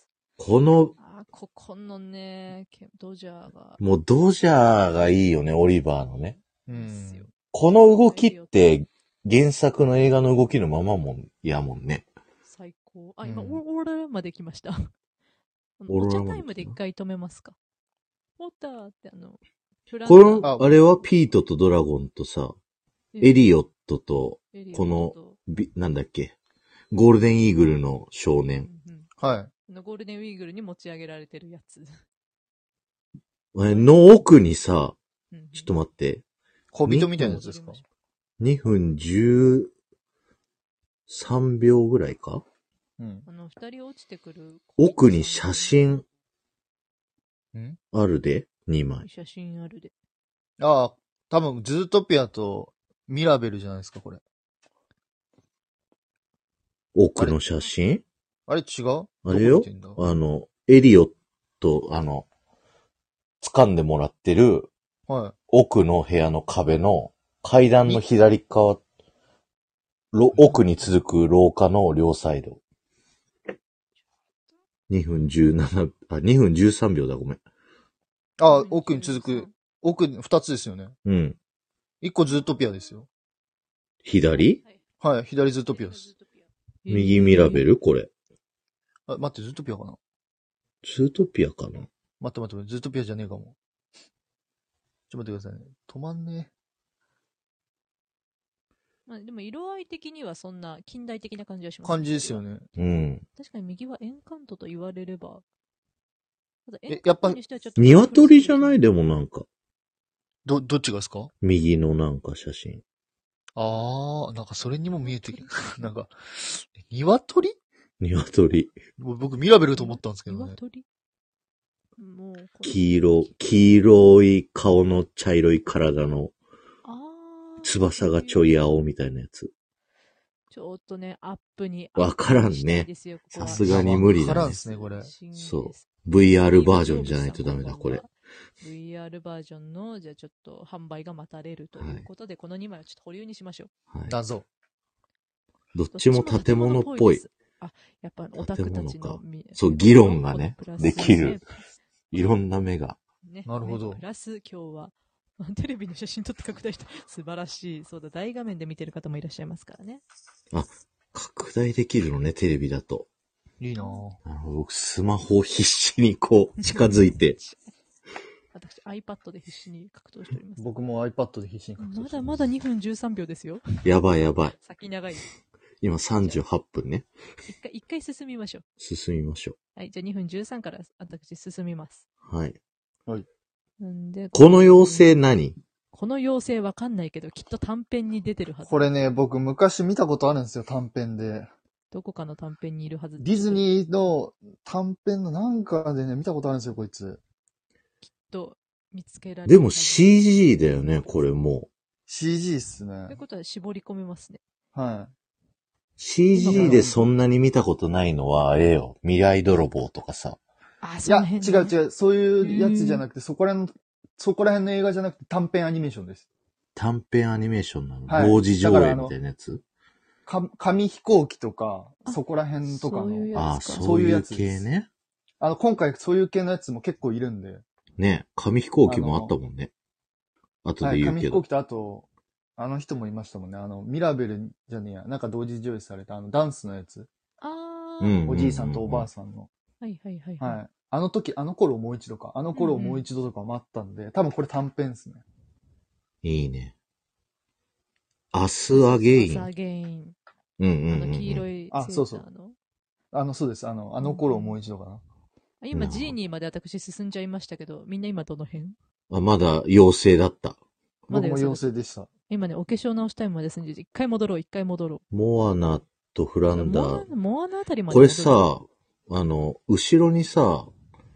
この、 ここのね、ドジャーが。 もうドジャーがいいよね、オリバーのね。この動きって、原作の映画の動きのままやもんね。 最高。今、オーララまで来ました。お茶タイムで一回止めますか。オーターってこの、あれはピートとドラゴンとさ、エリオットと、この、なんだっけ、ゴールデンイーグルの少年。 はい。 ゴールデンイーグルに持ち上げられてるやつ。 の奥にさ、ちょっと待って。 小人みたいなやつですか？ 2 分13秒ぐらいか？ 二人落ちてくる。 奥に写真、あるで、2枚。 写真あるで。 多分、ズートピアとミラベルじゃないですか、これ。 奥の写真？ あれ違う？ あれよ？エリオット、掴んでもらってる、奥の部屋の壁の階段の左側、奥に続く廊下の両サイド。2分17、2分13秒だ、ごめん。 奥に続く、奥に2つですよね。 うん。 1個ズートピアですよ。 左？ はい、左ズートピアです。 右ミラベル？これ。 待って、ズートピアかな？ ズートピアかな？ 待って、ズートピアじゃねえかも。ちょっと待ってくださいね。止まんねえ。 まあでも色合い的にはそんな近代的な感じはします感じですよね。 うん。 確かに右はエンカントと言われれば。 やっぱ、 鶏じゃないでもなんか。 どっちがですか？ 右のなんか写真。 なんかそれにも見えてきなんか、鶏？僕ミラベルと思ったんですけどね。 鶏？もう黄色い顔の茶色い体の、翼がちょい青みたいなやつ。 ちょっとね、アップに。 わからんね。さすがに無理だね。 わからんですね、これ。 そう。VR バージョンじゃないとダメだ、これ。 VR バージョンの、じゃあちょっと販売が待たれるということで、はい、この2枚はちょっと保留にしましょう。 はい。謎。 どっちも建物っぽい。 やっぱオタクたちの、 そう、議論がね、できる。いろんな目が。 ね、なるほど。 プラス今日は、テレビの写真撮って拡大した。素晴らしい。そうだ、大画面で見てる方もいらっしゃいますからね。 拡大できるのね、テレビだと。 いいなぁ。 僕、スマホを必死にこう、近づいて。 私、iPad で必死に格闘しております。 僕も iPad で必死に格闘しております。 まだ2分13秒ですよ。 やばい。 先長い。 今38分ね。 一回進みましょう。 はい、じゃあ2分13から私進みます。 はい。 はい。 でこの妖精何？ この妖精わかんないけど、きっと短編に出てるはず。 これね、僕昔見たことあるんですよ、短編で。 どこかの短編にいるはず。 ディズニーの短編のなんかでね、見たことあるんですよ、こいつ。 きっと見つけられる。 でも CG だよね、これもう。 CG っすね。 ってことは絞り込めますね。 はい。 CG でそんなに見たことないのは、あれよ、未来泥棒とかさ。 いや、違う。そういうやつじゃなくて、そこら辺の映画じゃなくて短編アニメーションです。 短編アニメーションなの？はい、同時上映みたいなやつ？ 紙飛行機とか、そこら辺とかの。 そういうやつ系ね。 今回そういう系のやつも結構いるんで。 ね、紙飛行機もあったもんね。後で言うけど。 紙飛行機とあと、あの人もいましたもんね。ミラベルじゃねえや。なんか同時上映されたダンスのやつ。おじいさんとおばあさんの。 はい。 はい。あの頃をもう一度か。頃をもう一度とかもあったんで、多分これ短編ですね。 いいね。アスアゲイン。 黄色い。 そう。そうです。頃をもう一度かな。 今、ジーニーまで私進んじゃいましたけど、みんな今どの辺？ まだ妖精だった。 僕も妖精でした。 今ね、お化粧直したいまで進んで、一回戻ろう。 モアナとフランダー。 モアナあたりまで。 これさ、後ろにさ、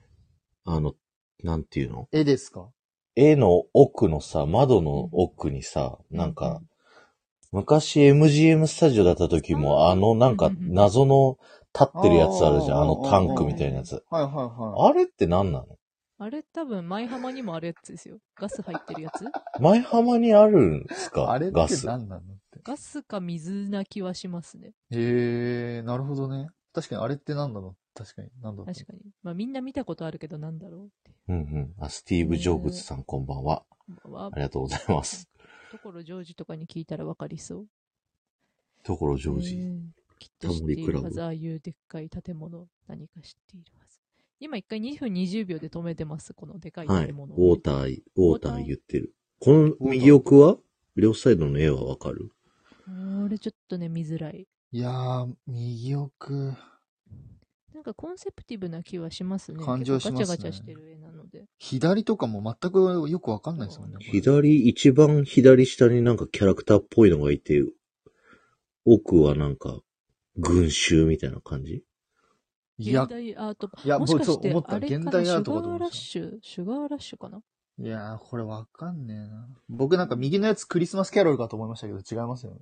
なんていうの？ 絵ですか？ 絵の奥のさ、窓の奥にさ、なんか、昔 MGM スタジオだった時も、なんか、謎の立ってるやつあるじゃん。タンクみたいなやつ。 はい。 あれって何なの？ あれ多分、舞浜にもあるやつですよ。ガス入ってるやつ？ 舞浜にあるんですか？ あれって何なのって。 ガスか水な気はしますね。 へー、なるほどね。確かにあれって何だろう？確かに。 確かに。まあみんな見たことあるけどなんだろうって。 スティーブ・ジョブズさんこんばんは。ありがとうございます。 所ジョージとかに聞いたらわかりそう。 所ジョージ。 きっと知っているはず。ああいうでっかい建物、何か知っているはず。今一回2分20秒で止めてます、このでかい建物。 はい。ウォーター言ってる。この右奥は両サイドの絵はわかる？ これちょっとね、見づらい。 いやー、右奥。 なんかコンセプティブな気はしますね。 感情しますね。 ガチャガチャしてる絵なので。 左とかも全くよくわかんないですもんね。 一番左下になんかキャラクターっぽいのがいて、奥はなんか群衆みたいな感じ？ 現代アート。もしかしてあれかな、シュガーラッシュかな？ いやー、これわかんねえな。僕なんか右のやつクリスマスキャロルかと思いましたけど、違いますよね。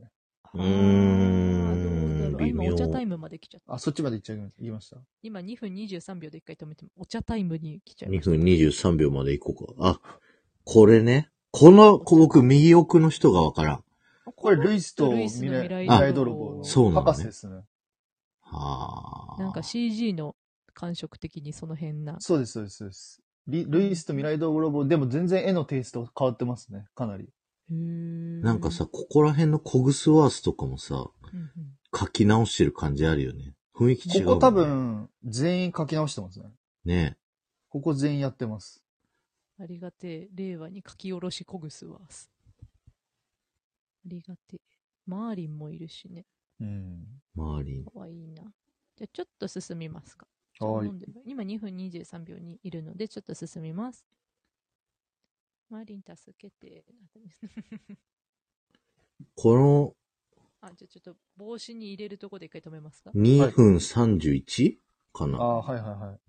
今お茶タイムまで来ちゃった。 そっちまで行きました。 今2分23秒で一回止めて、お茶タイムに来ちゃいました。 2分23秒まで行こうか。これね。僕右奥の人がわからん。 これルイスと未来泥棒の博士ですね。 なんか CG の感触的にその辺な。 そうです。ルイスと未来泥棒、でも全然絵のテイスト変わってますね、かなり。 なんかさ、ここら辺のコグスワースとかもさ、書き直してる感じあるよね。雰囲気違う、ね。 ここ多分、全員書き直してますね。 ねえ。 ここ全員やってます。 ありがてえ。令和に書き下ろしコグスワース。ありがてえ。 マーリンもいるしね。 マーリン。 かわいいな。じゃあちょっと進みますか。今2分23秒にいるので、ちょっと進みます。マーリン助けて。 この、 じゃあちょっと帽子に入れるとこで一回止めますか。 2分 31? かな。 はいはいはい。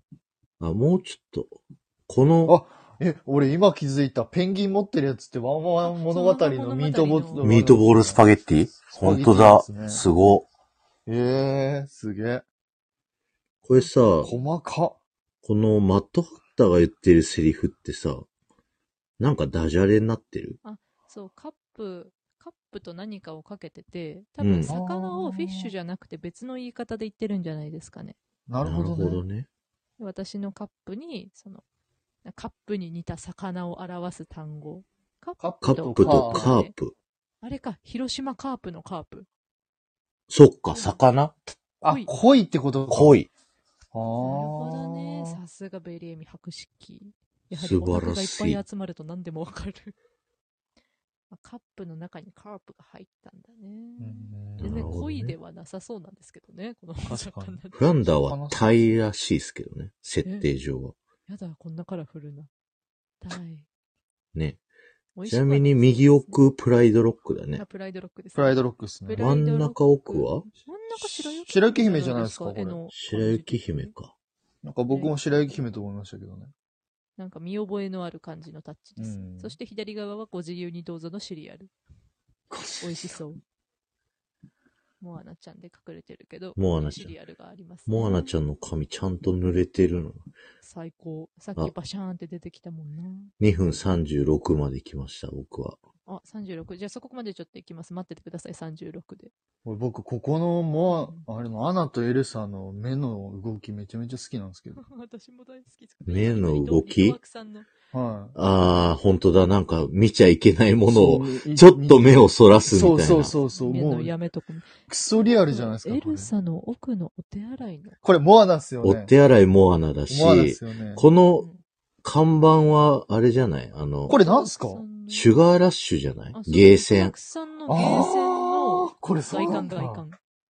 もうちょっと、この、 俺今気づいた。ペンギン持ってるやつってワンワン物語のミートボールスパゲッティ本当だ。すご。 すげえ。 これさ、 細か。 このマットハッターが言ってるセリフってさ、なんかダジャレになってる？ そう、カップと何かをかけてて、多分魚をフィッシュじゃなくて別の言い方で言ってるんじゃないですかね。 なるほどね。 私のカップに、カップに似た魚を表す単語。カップとカープ。あれか、広島カープのカープ。 そっか、魚？ 恋ってことか。 恋。 なるほどね。さすがベリエミ博識。やはりオタクがいっぱい集まると何でもわかる。カップの中にカープが入ったんだね。全然恋ではなさそうなんですけどね、この魚。 フランダーはタイらしいですけどね、設定上は。 やだ、こんなカラフルな。タイ。 ね。ちなみに右奥プライドロックだね。 プライドロックですね。 プライドロックですね。 真ん中奥は真ん中白雪姫じゃないですか、これ。 白雪姫か。 なんか僕も白雪姫と思いましたけどね。 なんか見覚えのある感じのタッチです。そして左側はご自由にどうぞのシリアル。美味しそう。モアナちゃんで隠れてるけど、 モアナちゃん。 シリアルがあります、 ね。モアナちゃんの髪ちゃんと濡れてるの。 最高。さっきバシャーンって出てきたもんな。 2分36まで来ました、僕は。 36。じゃあそこまでちょっと行きます。待っててください、36で。 僕、ここのアナとエルサの目の動きめちゃめちゃ好きなんですけど。 私も大好き。 目の動き？ はい。 本当だ。なんか見ちゃいけないものを、ちょっと目をそらすみたいな。 そう。 もうやめとく。 クソリアルじゃないですか。 エルサの奥のお手洗いの。 これモアナっすよね。 お手洗いモアナだし、この看板はあれじゃない？ これなんすか？ シュガーラッシュじゃない？ゲーセン。 これそうなんだ。 外観。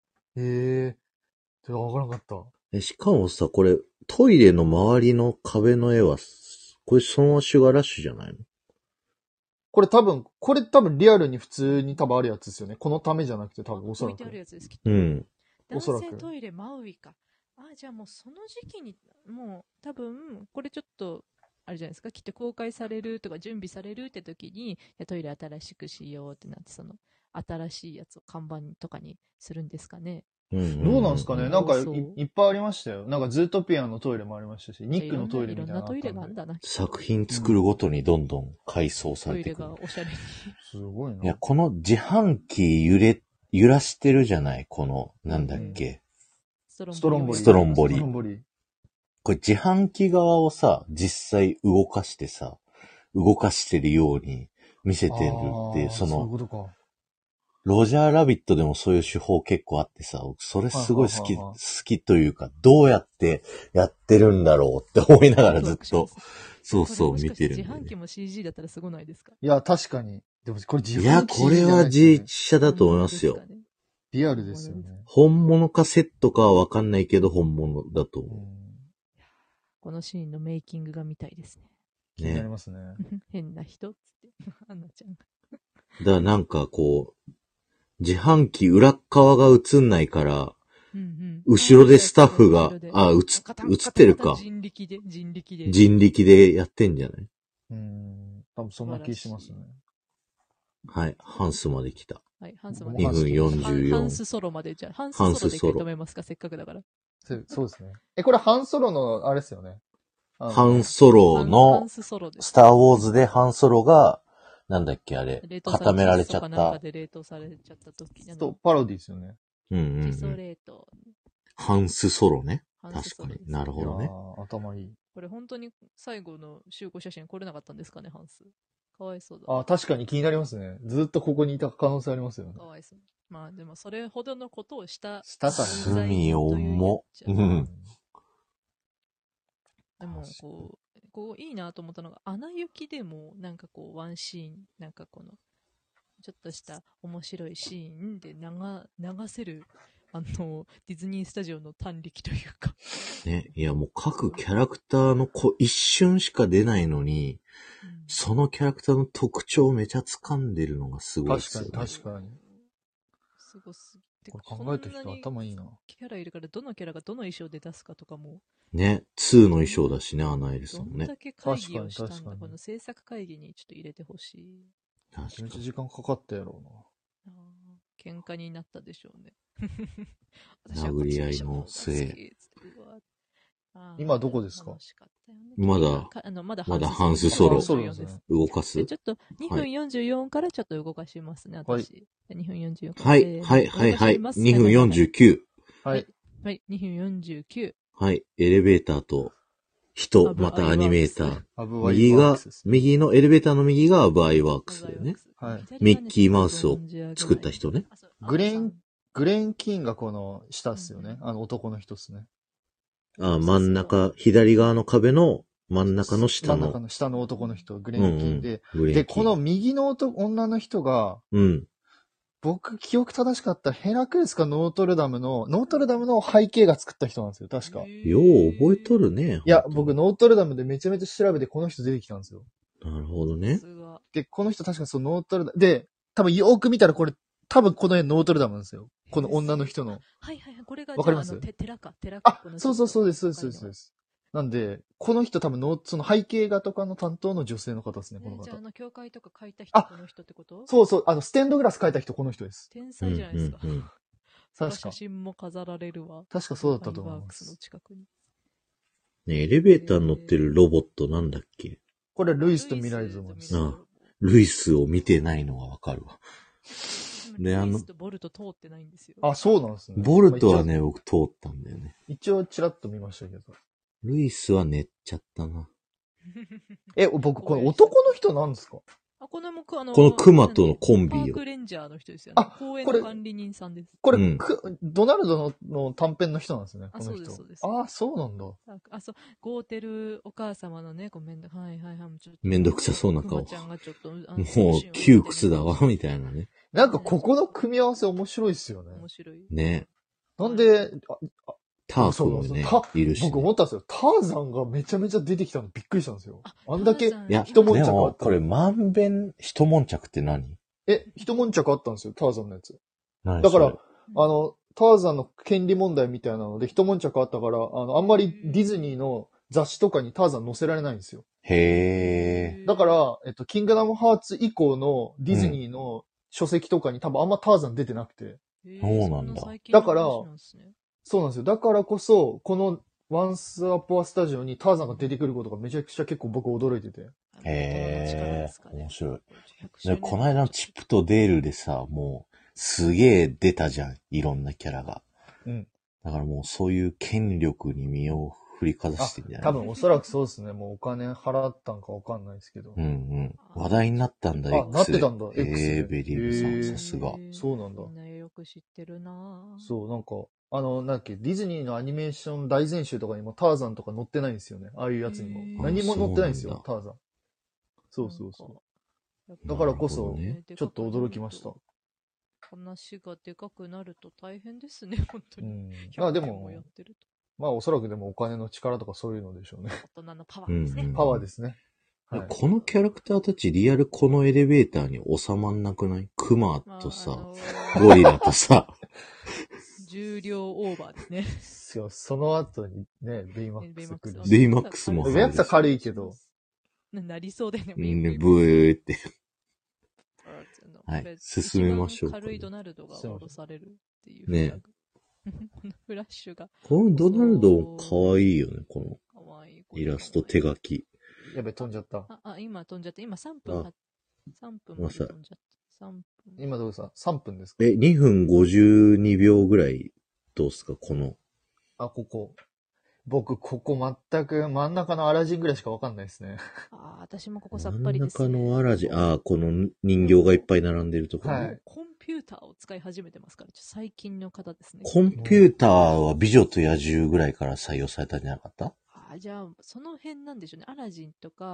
わからなかった。 しかもさ、これ、トイレの周りの壁の絵は、これそのシュガーラッシュじゃないの？ これ多分リアルに普通に多分あるやつですよね。このためじゃなくて多分おそらく。 置いてあるやつですきっと。うん。 男性トイレ真上か。じゃあもうその時期に、もう多分、これちょっと、あれじゃないですか、きっと公開されるとか準備されるって時に、トイレ新しくしようってなって、新しいやつを看板とかにするんですかね。 どうなんですかね。なんかいっぱいありましたよ。なんかズートピアのトイレもありましたし、ニックのトイレみたいな。いろんなトイレがあんだな。 作品作るごとにどんどん改装されていく。 トイレがおしゃれに。 すごいな。 いや、この自販機揺らしてるじゃない？この、なんだっけ。 ストロンボリ。これ自販機側をさ、実際動かしてるように見せてるっていう、 そういうことか。 ロジャーラビットでもそういう手法結構あってさ、それすごい好きというか、どうやってやってるんだろうって思いながらずっと、そう見てるんで、 自販機も CG だったらすごないですか？ いや、確かに。でもこれ自販機、 いや、これは実写だと思いますよ。 リアルですよね。 本物かセットかはわかんないけど、本物だと思う。 このシーンのメイキングが見たいですね。 気になりますね。 変な人っつって、アンナちゃんが。 だからなんかこう、自販機裏側が映んないから、後ろでスタッフが、映ってるか。 人力でやってんじゃない？ 多分そんな気しますね。 はい、ハンスまで来た。 はい、ハンスまで。 2分44。 ハンスソロまで、じゃあ、ハンスソロで一回止めますか、せっかくだから。 そうですね。これハンソロの、あれですよね。 ハンソロの、スターウォーズでハンソロが、なんだっけあれ、固められちゃった。 なんかで冷凍されちゃった時パロディですよね。 自走冷凍。 ハンスソロね。確かに。なるほどね。 頭いい。 これ本当に最後の集合写真来れなかったんですかね、ハンス。かわいそうだ。 確かに気になりますね。ずっとここにいた可能性ありますよね。 かわいそう。まあでもそれほどのことをした罪重。 でもこういいなと思ったのが、アナ雪でもなんかこうワンシーン、なんかこのちょっとした面白いシーンで流せる、ディズニースタジオの短力というか。 ね、いやもう各キャラクターの一瞬しか出ないのに、そのキャラクターの特徴をめちゃ掴んでるのがすごいですよね。 確かに。 すごすぎて。 これ考えた人頭いいな。 キャラいるからどのキャラがどの衣装で出すかとかも。 ね、2の衣装だしね、アナエルさんもね。 どんだけ会議をしたんだ、この制作会議にちょっと入れてほしい。 めっちゃ時間かかったやろうな。喧嘩になったでしょうね。 殴り合いの末。 今どこですか？ まだハンスソロ動かす？ ちょっと2分44からちょっと動かしますね、私。2分44から。 はい。2分49。 はい。2分49。 はい。エレベーターと人、またアニメーター。右のエレベーターの右がアブアイワークスだよね。 はい。 ミッキーマウスを作った人ね。 グレンキンがこの下っすよね。男の人っすね。 真ん中、左側の壁の真ん中の下の。 真ん中の下の男の人、グレンキンで。で、この右の女の人が、僕、記憶正しかったヘラクレスかノートルダムの背景が作った人なんですよ、確か。 よう覚えとるね。 いや、僕、ノートルダムでめちゃめちゃ調べてこの人出てきたんですよ。 なるほどね。 で、この人確かそう、ノートルダム、で、多分よーく見たらこれ、多分この辺ノートルダムなんですよ。この女の人の。 はいはいはい。これが、 わかります？ 寺か。 あ、そうです。なんで、この人多分その背景画とかの担当の女性の方ですね、この方。 じゃあ、教会とか書いた人、この人ってこと？ そう、ステンドグラス書いた人、この人です。 天才じゃないですか。 確か。 写真も飾られるわ。 確かそうだったと思います。 の近くに。 ね、エレベーターに乗ってるロボットなんだっけ？ これ、ルイスとミライズです。 ルイスを見てないのがわかるわ。 で、ルイスとボルト通ってないんですよ。 あ、そうなんですね。 ボルトはね、僕通ったんだよね。 一応、チラッと見ましたけど。 ルイスは寝ちゃったな。 僕、この男の人なんですか？ このクマとのコンビよ。 パークレンジャーの人ですよね。公園の管理人さんです。 これ、ドナルドの短編の人なんですね、この人。 そうです。 そうなんだ。 ゴーテルお母様のね、はい、 めんどくさそうな顔。もう、窮屈だわ、みたいなね。 なんか、ここの組み合わせ面白いっすよね。 面白い。 ね。 なんで、 タークもね、いるし。 僕思ったんですよ。ターザンがめちゃめちゃ出てきたのびっくりしたんですよ。あんだけ、 一悶着あった。これ、一悶着って何？ 一悶着あったんですよ、ターザンのやつ。 だから、ターザンの権利問題みたいなので一悶着あったから、あんまりディズニーの雑誌とかにターザン載せられないんですよ。 へー。 だから、キングダムハーツ以降のディズニーの書籍とかに多分あんまターザン出てなくて。 そうなんだ。 だから、そうなんですよ。だからこそ、このワンスアポアスタジオにターザンが出てくることがめちゃくちゃ結構僕驚いてて。 へー。面白い。で、この間のチップとデールでさ、もう、すげえ出たじゃん。いろんなキャラが。だからもうそういう権力に身を振りかざしてんじゃない？ 多分おそらくそうですね。もうお金払ったんかわかんないですけど。 話題になったんだ、 X で。なってたんだ、X で。 ベリーブさん、さすが。 そうなんだ。 みんなよく知ってるなぁ。 そう、なんか、なんだっけ、ディズニーのアニメーション大全集とかにもターザンとか載ってないんですよね。ああいうやつにも。何も載ってないんですよ、ターザン。そう。だからこそ、ちょっと驚きました。 話がでかくなると大変ですね、本当に。 でも、おそらくでもお金の力とかそういうのでしょうね。 大人のパワーですね。 パワーですね。 このキャラクターたちリアルこのエレベーターに収まんなくない？クマとさ、ゴリラとさ。 重量オーバーですね。 その後にね、ベイマックス来る。 ベイマックスも。 ベイマックスは軽いけど。 なりそうだよね。 ブーって。はい。進めましょう。 軽いドナルドが降ろされるっていう。 ね。 フラッシュが。 このドナルド可愛いよね、この。イラスト手書き。 やべ、飛んじゃった。 今飛んじゃった。今3分まで飛んじゃった。3分。 今どうさ、3分ですか ？2分52秒ぐらい、どうすか、この。 ここ。僕、ここ全く真ん中のアラジンぐらいしかわかんないですね。 私もここさっぱりです、 ね。真ん中のアラジン、この人形がいっぱい並んでるところ。 はい。 コンピューターを使い始めてますから、最近の方ですね。 コンピューターは美女と野獣ぐらいから採用されたんじゃなかった？ じゃあ、その辺なんでしょうね。アラジンとか、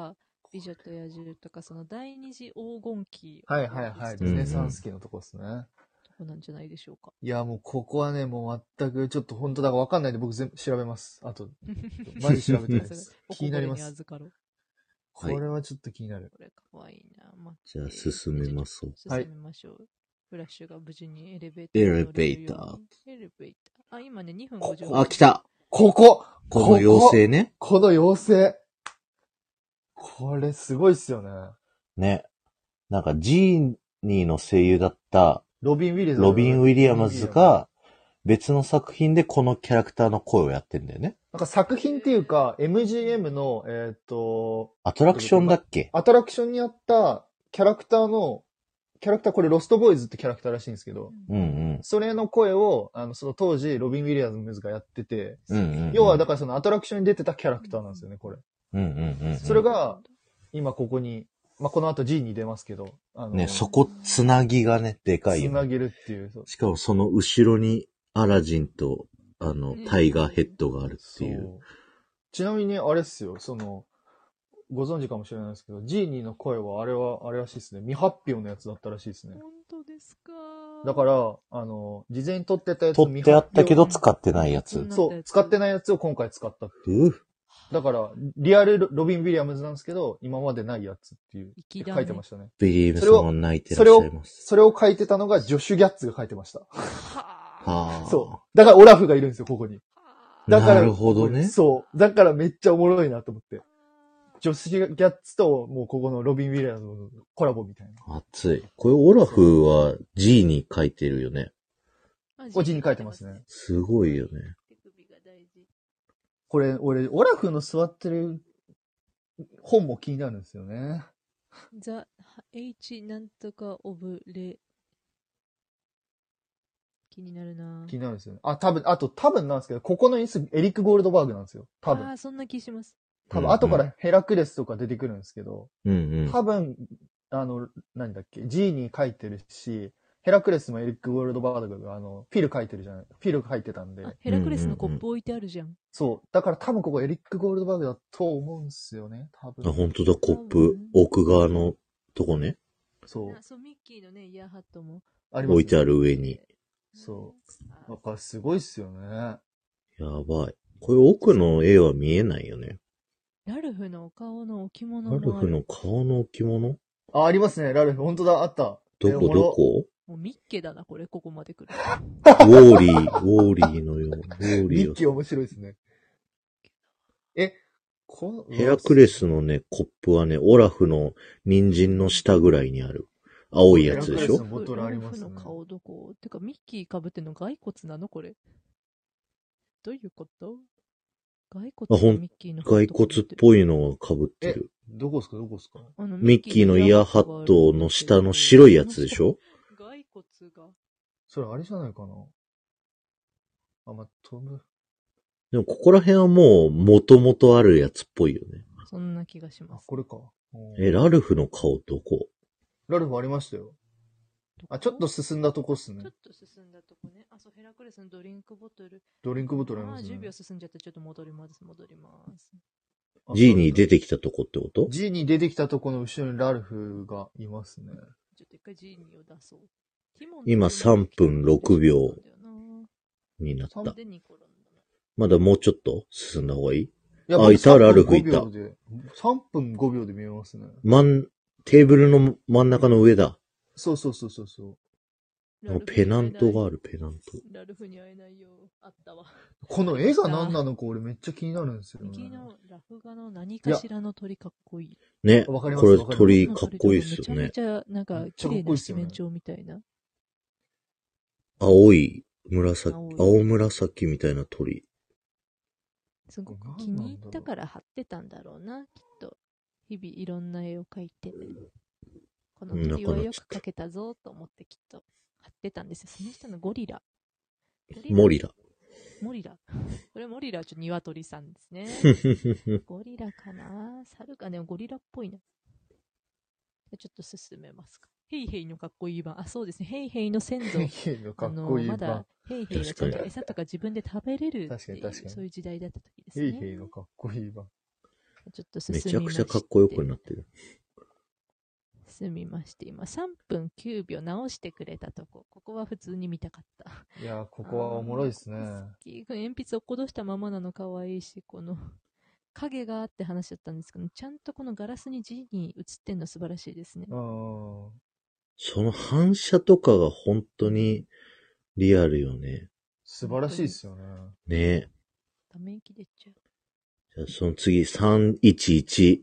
美女と野獣とか、その第二次黄金期。 はいはいはい。ルネサンス期のとこですね。 とこなんじゃないでしょうか。 いや、もうここはね、もう全く、ちょっと本当だからわかんないんで僕全部調べます。あと、マジ調べたいです。気になります。これはちょっと気になる。 これかわいいな。 じゃあ進めましょう。 進めましょう。フラッシュが無事にエレベーター。あ、今ね、2分50分。 あ、来た。 この妖精ね。この妖精。これすごいっすよね。 ね。なんかジーニーの声優だったロビン・ウィリアムズが別の作品でこのキャラクターの声をやってんだよね。 なんか作品っていうか MGM のアトラクションだっけ？ アトラクションにあったキャラクターこれロストボーイズってキャラクターらしいんですけど、 うんうん、 それの声をその当時ロビン・ウィリアムズがやってて、 うんうんうん、 要はだからそのアトラクションに出てたキャラクターなんですよね、これ。 うんうんうんうん、 それが今ここに、まあ、この後 G に出ますけど、 ね、そこつなぎがね、でかいよ、ね。 つなげるっていう。 しかもその後ろにアラジンと、タイガーヘッドがあるっていう。 ちなみにあれっすよ、ご存知かもしれないですけど、ジーニーの声はあれらしいですね。未発表のやつだったらしいですね。 本当ですか。 だから、事前に撮ってたやつ撮ってあったけど使ってないやつ。 そう、使ってないやつを今回使ったっていう。だから、リアルロビン・ウィリアムズなんですけど、今までないやつっていう、書いてましたね。 ウィリアムズも泣いてらっしゃいます。 それを書いてたのがジョシュ・ギャッツが書いてました。 はそう。だからオラフがいるんですよ、ここに。だから、 なるほどね。 そう。だからめっちゃおもろいなと思って。ジョシュ・ギャッツと、もうここのロビン・ウィリアムズのコラボみたいな。 熱い。これオラフは G に書いてるよね。 G に書いてますね。 すごいよね。 これ、俺、オラフの座ってる本も気になるんですよね。 The H なんとかオブレ。気になるな。 気になるんですよね。多分なんですけど、ここの椅子、エリック・ゴールドバーグなんですよ。多分。 そんな気します。 多分、後からヘラクレスとか出てくるんですけど、 うんうん、 多分、何だっけ、G に書いてるし、ヘラクレスもエリック・ゴールドバーグが、フィル書いてるじゃない。フィル書いてたんで。 ヘラクレスのコップ置いてあるじゃん。 そう。だから多分ここエリック・ゴールドバーグだと思うんですよね。多分。 本当だ、コップ、奥側のとこね。 そう。 そう、ミッキーのね、イヤーハットも。 置いてある上に。 そう。だからすごいっすよね。 やばい。これ奥の絵は見えないよね。 ラルフの顔の置物ラルフの顔の置物？ ありますね、ラルフ。本当だ、あった。 どこ？ もうミッケだな、ここまで来る。 ウォーリーのよう。 ミッケ面白いですね。 ヘラクレスのね、コップはね、オラフの人参の下ぐらいにある。青いやつでしょ？ ラルフの顔どこ？てか、ミッキー被ってんの骸骨なのこれ。どういうこと？骸骨ミッキーの骸骨っぽいのが被ってる。 どこですかミッキーのイヤーハットの下の白いやつでしょ？ 骸骨が。 それあれじゃないかな。飛ぶ。 でもここら辺はもう元々あるやつっぽいよね。 そんな気がします。 これか。 ラルフの顔どこ？ ラルフありましたよ。ちょっと進んだとこっすね。 ちょっと進んだとこね。そう、ヘラクレスのドリンクボトル。 ドリンクボトルありますね。 10秒進んじゃってちょっと戻ります。 G に出てきたとこってこと？ G に出てきたとこの後ろにラルフがいますね。 ちょっと一回 G にを出そう。 今3分6秒になった。まだもうちょっと進んだ方がいい？いた、ラルフいた。 3分5秒で見えますね。 テーブルの真ん中の上だ。 そう。 ペナントがある、ペナント。 ラルフに会えないよ。あったわ。 この絵が何なのか俺めっちゃ気になるんですよね。 右のラフ画の何かしらの鳥かっこいい。 ね。これ鳥かっこいいっすよね。 めちゃめちゃなんか綺麗な七面鳥みたいな。 青紫みたいな鳥。 すごく気に入ったから貼ってたんだろうな、きっと。日々いろんな絵を描いて。この鳥はよく描けたぞと思ってきっと貼ってたんですよ。その下のゴリラ。 モリラ。 これモリラはちょっと鶏さんですね。ゴリラかな？猿かね、ゴリラっぽいな。ちょっと進めますか。ヘイヘイのかっこいい版。そうですね。ヘイヘイの先祖。 ヘイヘイのかっこいい版。 まだヘイヘイがちゃんと餌とか自分で食べれるっていう。 確かに。 そういう時代だった時ですね。 ヘイヘイのかっこいい版。 ちょっと進みまして。 めちゃくちゃかっこよくなってる。 進みまして、今3分9秒直してくれたとこ。ここは普通に見たかった。 いや、ここはおもろいですね。 鉛筆落っことしたままなの可愛いし、この影があって話だったんですけど、ちゃんとこのガラスに字に映ってんの素晴らしいですね。 その反射とかが本当にリアルよね。 素晴らしいですよね。 ねえ。 ため息出ちゃう。 じゃあその次、311。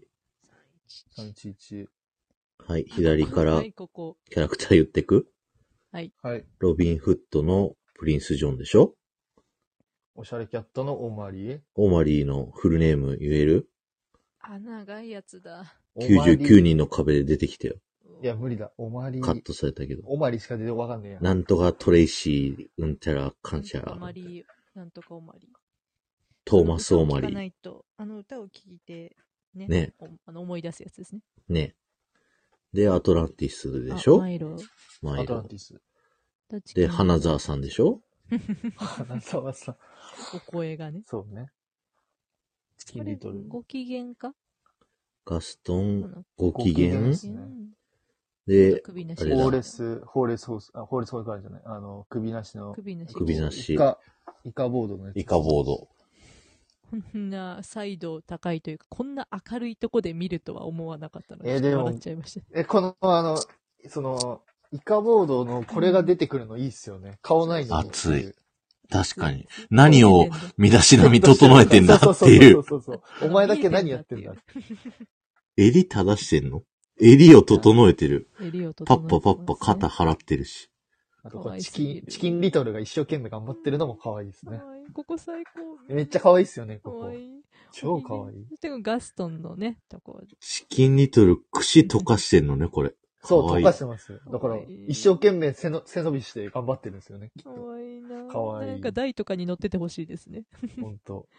311。 はい、左からキャラクター言ってく？ はい。 ロビン・フットのプリンス・ジョンでしょ？ おしゃれキャットのオマリー。 オマリーのフルネーム言える？ 長いやつだ。 99人の壁で出てきたよ。 いや、無理だ。オマリー。 カットされたけど。 オマリーしか出てわかんねえや。 なんとかトレイシー、うんちゃら、かんちゃら。 オマリー、なんとかオマリー。 トーマス・オマリー。 歌を聞いて、ね。 ね。 思い出すやつですね。 ね。で、アトランティスでしょ？ マイロ。 アトランティス。 で、花沢さんでしょ？ 花沢さん。 お声がね。 そうね。 チキンリトル。ご機嫌か？ ガストン、ご機嫌ですね。で、 ホーレスホースからじゃない。首なしの。 首なし。 イカボードのやつ。 イカボード。 こんな彩度高いというか、こんな明るいとこで見るとは思わなかったので、 でも、 笑っちゃいました。 この、イカボードのこれが出てくるのいいっすよね。顔ないのに。 熱い。確かに。何を身だしなみ整えてんだっていう。 そう。お前だけ何やってんだ。 襟正してんの？襟を整えてる。パッパ肩払ってるし。 あとチキンリトルが一生懸命頑張ってるのも可愛いですね。 ここ最高。 めっちゃ可愛いっすよね、ここ。超可愛い。 でもガストンのね、とこ。 チキンリトル、串溶かしてんのね、これ。 そう、溶かしてます。だから、一生懸命背伸びして頑張ってるんですよね、きっと。 可愛いな。 可愛い。 なんか台とかに乗っててほしいですね。 ほんと。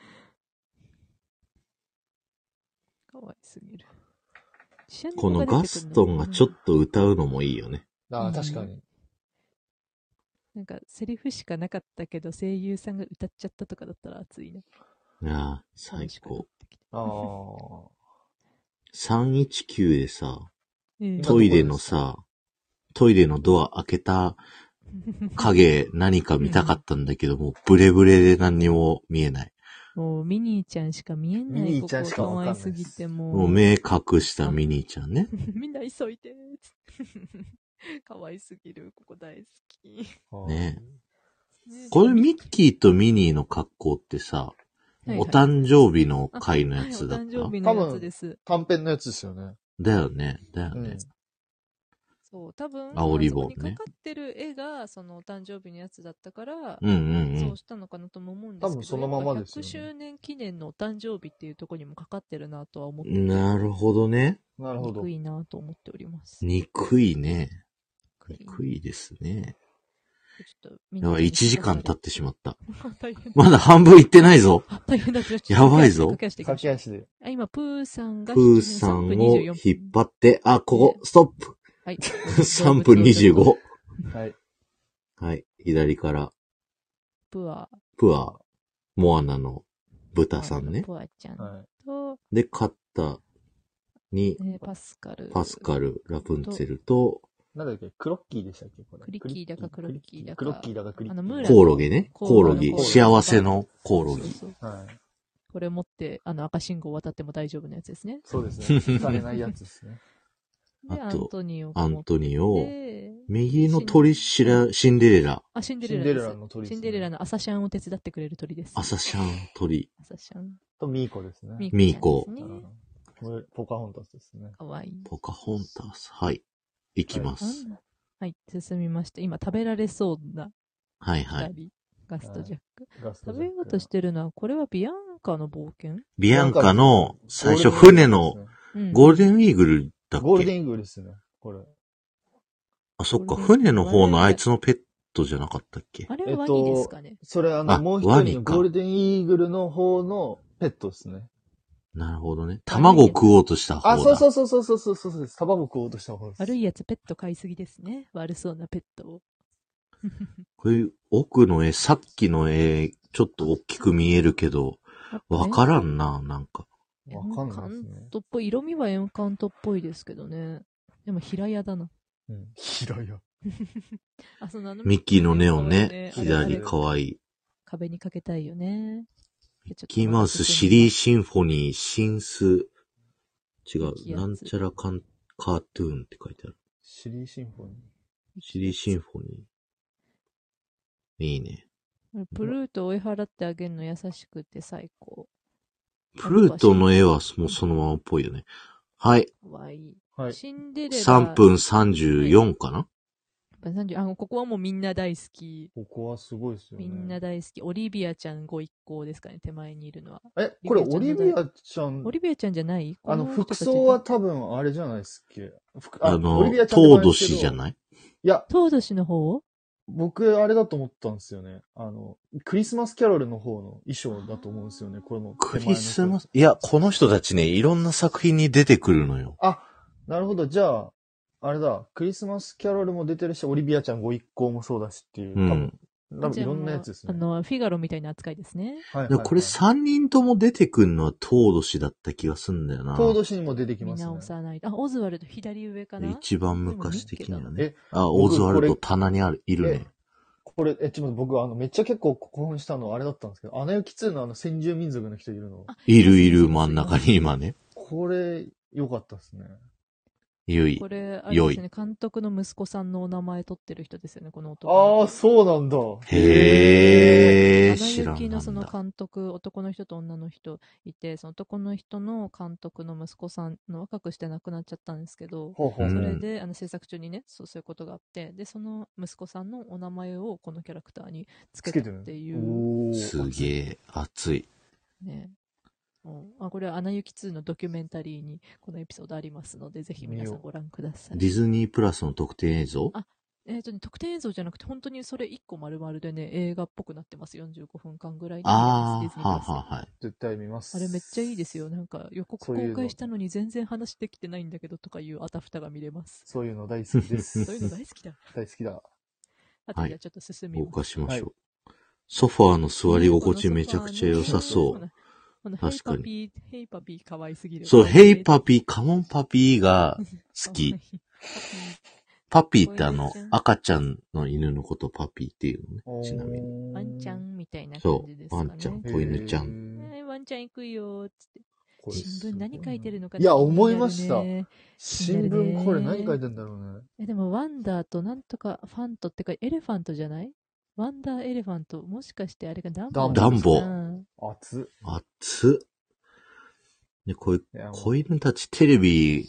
可愛すぎる。 このガストンがちょっと歌うのもいいよね。 ああ、確かに。 なんか、セリフしかなかったけど、声優さんが歌っちゃったとかだったら熱いな。 ああ、最高。 ああ。 319でさ、トイレのドア開けた影何か見たかったんだけども、ブレブレで何にも見えない。 もうミニーちゃんしか見えない。 ミニーちゃんしかわかんない。 可愛すぎてもう目隠したミニーちゃんね。 みんな急いで。可愛すぎる。ここ大好き。 ねえ。これミッキーとミニーの格好ってさ、お誕生日の回のやつだった。 お誕生日のやつです。 短編のやつですよね。 だよね。 そう、多分、 青リボンね。 そこにかかってる絵が、そのお誕生日のやつだったから、 そうしたのかなとも思うんですけど、 多分そのままですよね。100周年記念のお誕生日っていうところにもかかってるなとは思って。 なるほどね。 なるほど。 憎いなと思っております。 憎いね。憎いですね。やばい、1時間経ってしまった。まだ半分いってないぞ。 大変だ。 やばいぞ。 駆け足で。 今、プーさんがプーさんを引っ張って、ここ、ストップ。 はい。 3分25。 はい。 はい。左から。 プア。 モアナの豚さんね。 プアちゃんと。 で、カッタに、 パスカル、ラプンツェルと、 なんだっけ、クロッキーでしたっけこれ。 クリッキーだかクロッキーだか。 クロッキーだかクリッキー。コオロギね。コオロギ。幸せのコオロギ。 はい。 これ持って、赤信号渡っても大丈夫なやつですね。 そうですね。されないやつですね。 あと、 アントニオ。右の鳥、シンデレラ。 シンデレラの鳥。 シンデレラの朝シャンを手伝ってくれる鳥です。 朝シャン鳥。 朝シャン。 と、ミーコですね。 ミーコ。 ポカホンタスですね。 かわいい。 ポカホンタス。はい。いきます。 はい、進みまして、今食べられそうな。 はい。 ガストジャック。食べようとしてるのは、これはビアンカの冒険？ ビアンカの最初船のゴールデンイーグルだっけ？ ゴールデンイーグルですね、これ。 あ、そっか、船の方のあいつのペットじゃなかったっけ？ あれはワニですかね？ それもう一人のゴールデンイーグルの方のペットですね。 なるほどね。卵食おうとした方だ。 そう。卵食おうとした方です。 悪いやつペット飼いすぎですね。悪そうなペットを。 こういう奥の絵、さっきの絵、ちょっと大きく見えるけど、わからんな、なんか。 わかんないですね。 エンカントっぽい。色味はエンカントっぽいですけどね。でも平屋だな。 うん。平屋。 ミッキーのネオンね。左かわいい。 壁にかけたいよね。 ミッキーマウスシリーシンフォニーシンス。違う。なんちゃらカートゥーンって書いてある。 シリーシンフォニー。 シリーシンフォニー。いいね。 プルート追い払ってあげるの優しくて最高。 プルートの絵はもうそのままっぽいよね。はい。 かわいい。 はい。 シンデレラ。 3分34かな、 ここはもうみんな大好き。 ここはすごいですよね。 みんな大好き。オリビアちゃんご一行ですかね、手前にいるのは。 これオリビアちゃん。 オリビアちゃんじゃない？ 服装は多分あれじゃないですっけ。 オリビアちゃん。トード氏じゃない？ いや。 トード氏の方？ 僕、あれだと思ったんですよね。クリスマスキャロルの方の衣装だと思うんですよね、このクリスマス、いや、この人たちね、いろんな作品に出てくるのよ。 あ、なるほど。じゃあ、あれだ、クリスマスキャロルも出てるし、オリビアちゃんご一行もそうだしっていう、多分いろんなやつですね。 フィガロみたいな扱いですね。 はいはいはい、 これ3人とも出てくるのはトード氏だった気がすんだよな。 トード氏にも出てきますね。 見直さないと。オズワルド左上かな？ 一番昔的にはね。オズワルド棚にいるね。 これ、僕めっちゃ結構興奮したのはあれだったんですけど、アナ雪2の先住民族の人いるの。 いる真ん中に今ね。 これ、良かったですね。 これ、あれですね、監督の息子さんのお名前取ってる人ですよね、この男。 ああ、そうなんだ。 へー。 アナ雪のその監督、男の人と女の人いて、その男の人の監督の息子さんの若くして亡くなっちゃったんですけど、それで制作中にね、そういうことがあって、で、その息子さんのお名前をこのキャラクターにつけたっていう。 すげえ、熱い。 ね。これはアナ雪2のドキュメンタリーにこのエピソードありますので、ぜひ皆さんご覧ください。 ディズニープラスの特典映像？ 特典映像じゃなくて、本当にそれ1個丸々でね、映画っぽくなってます。45分間ぐらいで見れます。ディズニープラス。 はい。 絶対見ます。 あれめっちゃいいですよ。なんか予告公開したのに全然話できてないんだけどとかいうあたふたが見れます。 そういうの大好きです。 そういうの大好きだ。 大好きだ。 あとじゃあちょっと進みます。 動かしましょう。ソファーの座り心地めちゃくちゃ良さそう。 確かに。ヘイパピー可愛すぎる。 そう、ヘイパピー、カモンパピーが好き。パピーって赤ちゃんの犬のことパピーっていうのね。ちなみに。 ワンちゃんみたいな感じですかね。 そう、ワンちゃん、子犬ちゃん。 ワンちゃん行くよーつって。新聞何書いてるのかいや、思いました。新聞これ何書いてるんだろうね。 でもワンダーとなんとかファントってかエレファントじゃない？ワンダーエレファント、もしかしてあれがダンボ。 ダンボ。 熱っ。で、こういう子犬たちテレビ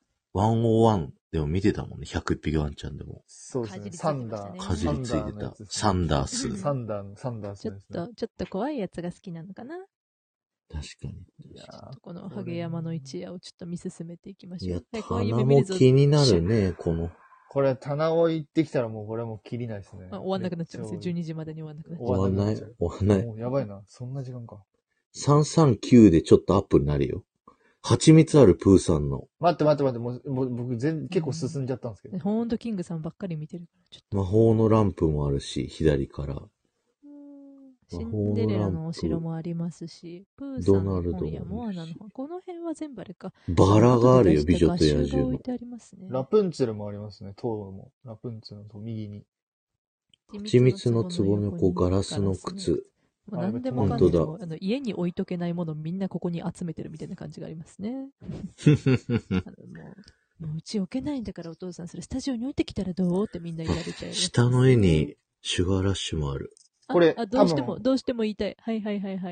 101でも見てたもんね。101匹ワンちゃんでも。 そうですね。サンダー。 かじりついてた。サンダース。 サンダース。 ちょっと怖いやつが好きなのかな。 確かに。 いやこのハゲ山の一夜をちょっと見進めていきましょう。 いや、棚も気になるね、この。 これ、棚を行ってきたらもうこれも切りないですね。 終わんなくなっちゃうんですよ。12時までに終わんなくなっちゃう。 終わんない。 もうやばいな。そんな時間か。 339でちょっとアップになるよ。蜂蜜あるプーさんの。 待って。もう僕結構進んじゃったんですけど。 ホーンドキングさんばっかり見てるから。ちょっと魔法のランプもあるし、左から。 シンデレラのお城もありますし、プーさんの本やモアナの本。この辺は全部あれか。 バラがあるよ、美女と野獣の。 ラプンツェルもありますね、塔も。ラプンツェルの右に。 蜂蜜の壺の横、ガラスの靴。 何でもかんでも家に置いとけないものみんなここに集めてるみたいな感じがありますね。もううち置けないんだからお父さんそれスタジオに置いてきたらどうってみんな言われちゃう。 下の絵にシュガーラッシュもある。 これどうしても言いたい。はい。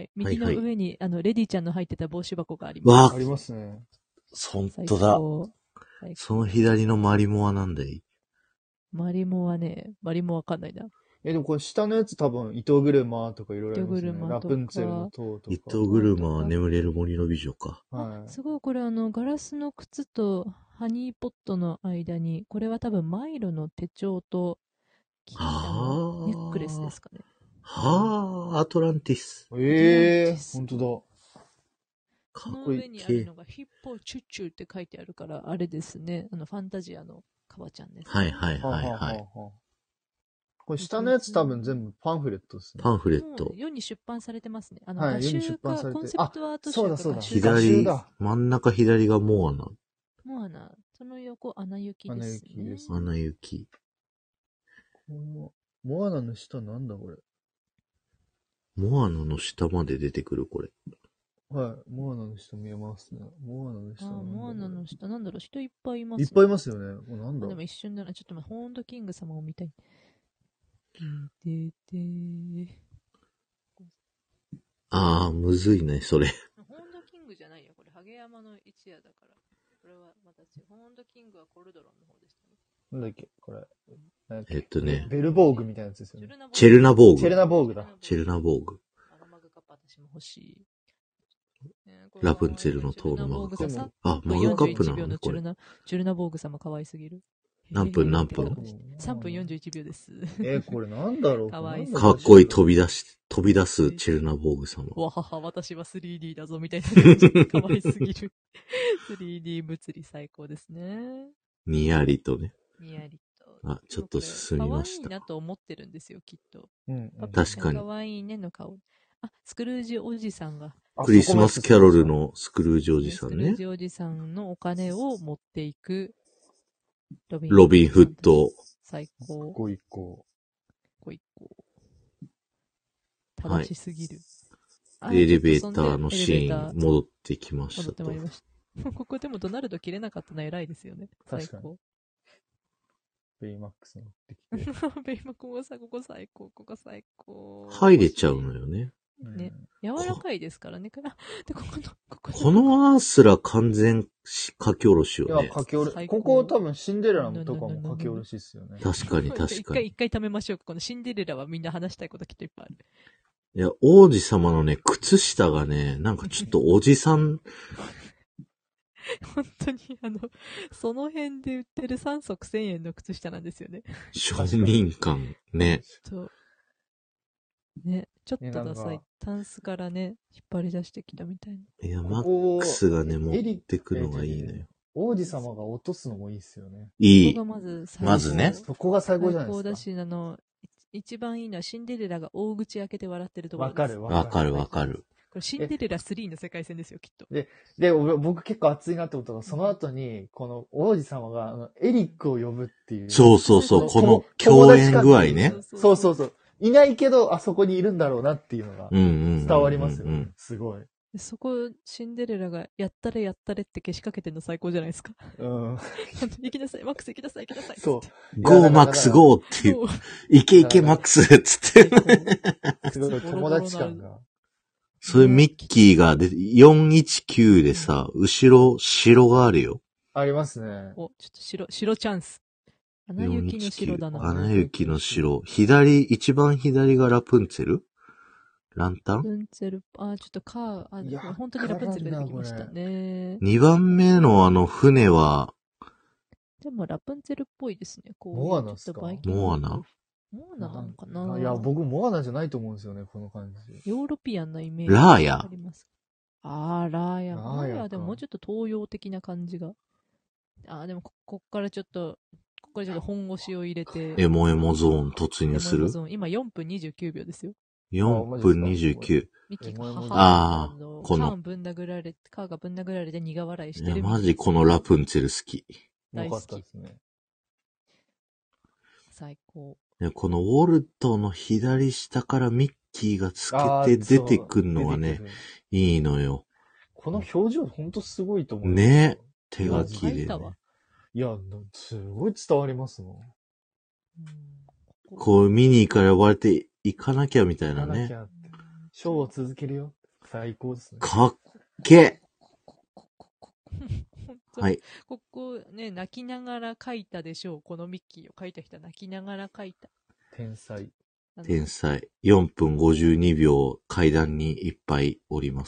右の上にレディちゃんの入ってた帽子箱があります。 ありますね。 ほんとだ。その左のマリモはなんだい？ マリモはわかんないな。 でもこれ下のやつ多分、糸車とかいろいろありますね。ラプンツェルの塔とか。 糸車は眠れる森の美女か。 はい。すごい、これガラスの靴とハニーポットの間に、これは多分マイロの手帳と、ネックレスですかね。 アトランティス。 ほんとだ。 この上にあるのがヒッポチュッチュって書いてあるから、あれですね。ファンタジアのカバちゃんです、ね。 はい。 これ下のやつ多分全部パンフレットですね。 パンフレット。 世に出版されてますね。 はい、世に出版されて。 コンセプトアートそうだそうだ。 左、真ん中左がモアナ。 モアナ。その横、アナ雪ですね。 アナ雪です。 アナ雪。 モアナの下なんだこれ。 モアナの下まで出てくるこれ。 はい。モアナの下見えますね。モアナの下。 モアナの下、なんだろう、人いっぱいいます、 いっぱいいますよね。なんだでも一瞬だな。ちょっと待って、ホーンドキング様を見たい。聞いててむずいね、それ。 ホーンドキングじゃないよ。これ、ハゲ山の一夜だから。これはまた違う。ホーンドキングはコルドロンの方でしたね。 なんだっけこれ。 ベルボーグみたいなやつですよね。 チェルナボーグ。 チェルナボーグだ。 チェルナボーグ。 マグカップ私も欲しい。 ラプンツェルの塔のマグカップ。マグカップなのね、これ。 チェルナボーグ様可愛すぎる。 何分 ?3 分41秒です。 これなんだろうかわいそう。 かっこいい飛び出すチェルナボーグ様。 わはは、私は 3D だぞ、みたいな感じ。かわいすぎる。3D 物理最高ですね。 にやりとね。 にやりと。 ちょっと進みました。 可愛いなと思ってるんですよ、きっと。 確かに。 可愛いねの顔。スクルージおじさんが。 クリスマスキャロルのスクルージおじさんね。 スクルージおじさんのお金を持っていく。 ロビンフット。 最高。 ご一行。 正しすぎる。 エレベーターのシーン戻ってきましたと。 戻ってまいりました。ここでもドナルド切れなかったのは偉いですよね。最高。 ベイマックス乗ってきて。 ベイマックスここ最高、ここ最高。 入れちゃうのよね。 ね。柔らかいですからね。で、 このアースラ完全書き下ろしよね。 いや、書き下ろし。ここ多分シンデレラとかも書き下ろしっすよね。 確かに確かに。 一回貯めましょう。このシンデレラはみんな話したいこときっといっぱいある。 いや、王子様のね、靴下がね、なんかちょっとおじさん。 本当にその辺で売ってる3足1000円の靴下なんですよね。 庶民感ね。 ね、ちょっとダサい。タンスからね、引っ張り出してきたみたいな。 いや、マックスがね、持ってくのがいいのよ。 王子様が落とすのもいいっすよね。 いい。 まずね。 そこが最高じゃないですか。 最高だし、一番いいのはシンデレラが大口開けて笑ってるところです。 わかる。 これシンデレラ3の世界線ですよ、きっと。 で、僕結構熱いなってことが、その後に、この王子様がエリックを呼ぶっていう。 そう、この共演具合ね。 そう。いないけど、あそこにいるんだろうなっていうのが伝わりますよね。すごい。 そこ、シンデレラが、やったれってけしかけてんの最高じゃないですか。行きなさい、マックス行きなさい。 そう。 ゴーマックスゴーっていう。行けマックスつって。 すごい友達感が。 それミッキーが419でさ、後ろ、城があるよ。 ありますね。 ちょっと白チャンス。アナ雪の城だな。 アナ雪の城。一番左がラプンツェル？ランタン？ ラプンツェル、ちょっと本当にラプンツェル出てきましたね。 2番目の船は、 でもラプンツェルっぽいですね。 モアナですか？ モアナなのかな？ いや、僕モアナじゃないと思うんですよね、この感じ。 ヨーロピアンなイメージ。 ラーヤ。 ラーヤ。ラーヤでももうちょっと東洋的な感じが。でもこっからちょっと本腰を入れて。 エモゾーン突入する？ 今4分29秒ですよ。 4分29。 ミキがこの。 カーがぶん殴られて苦笑いしてる。 いや、マジこのラプンツェル好き。 大好きですね。 最高。 このウォルトの左下からミッキーがつけて出てくるのがね、いいのよ。 この表情ほんとすごいと思う。 ね。手書きで、ね。 いや、すごい伝わりますもん。 こう見に行かれ呼ばれて行かなきゃみたいなね。 ショーを続けるよ。最高ですね。 かっけはい。 ここね、泣きながら書いたでしょう。このミッキーを書いた人は泣きながら書いた。 天才。 4分52秒階段にいっぱいおります。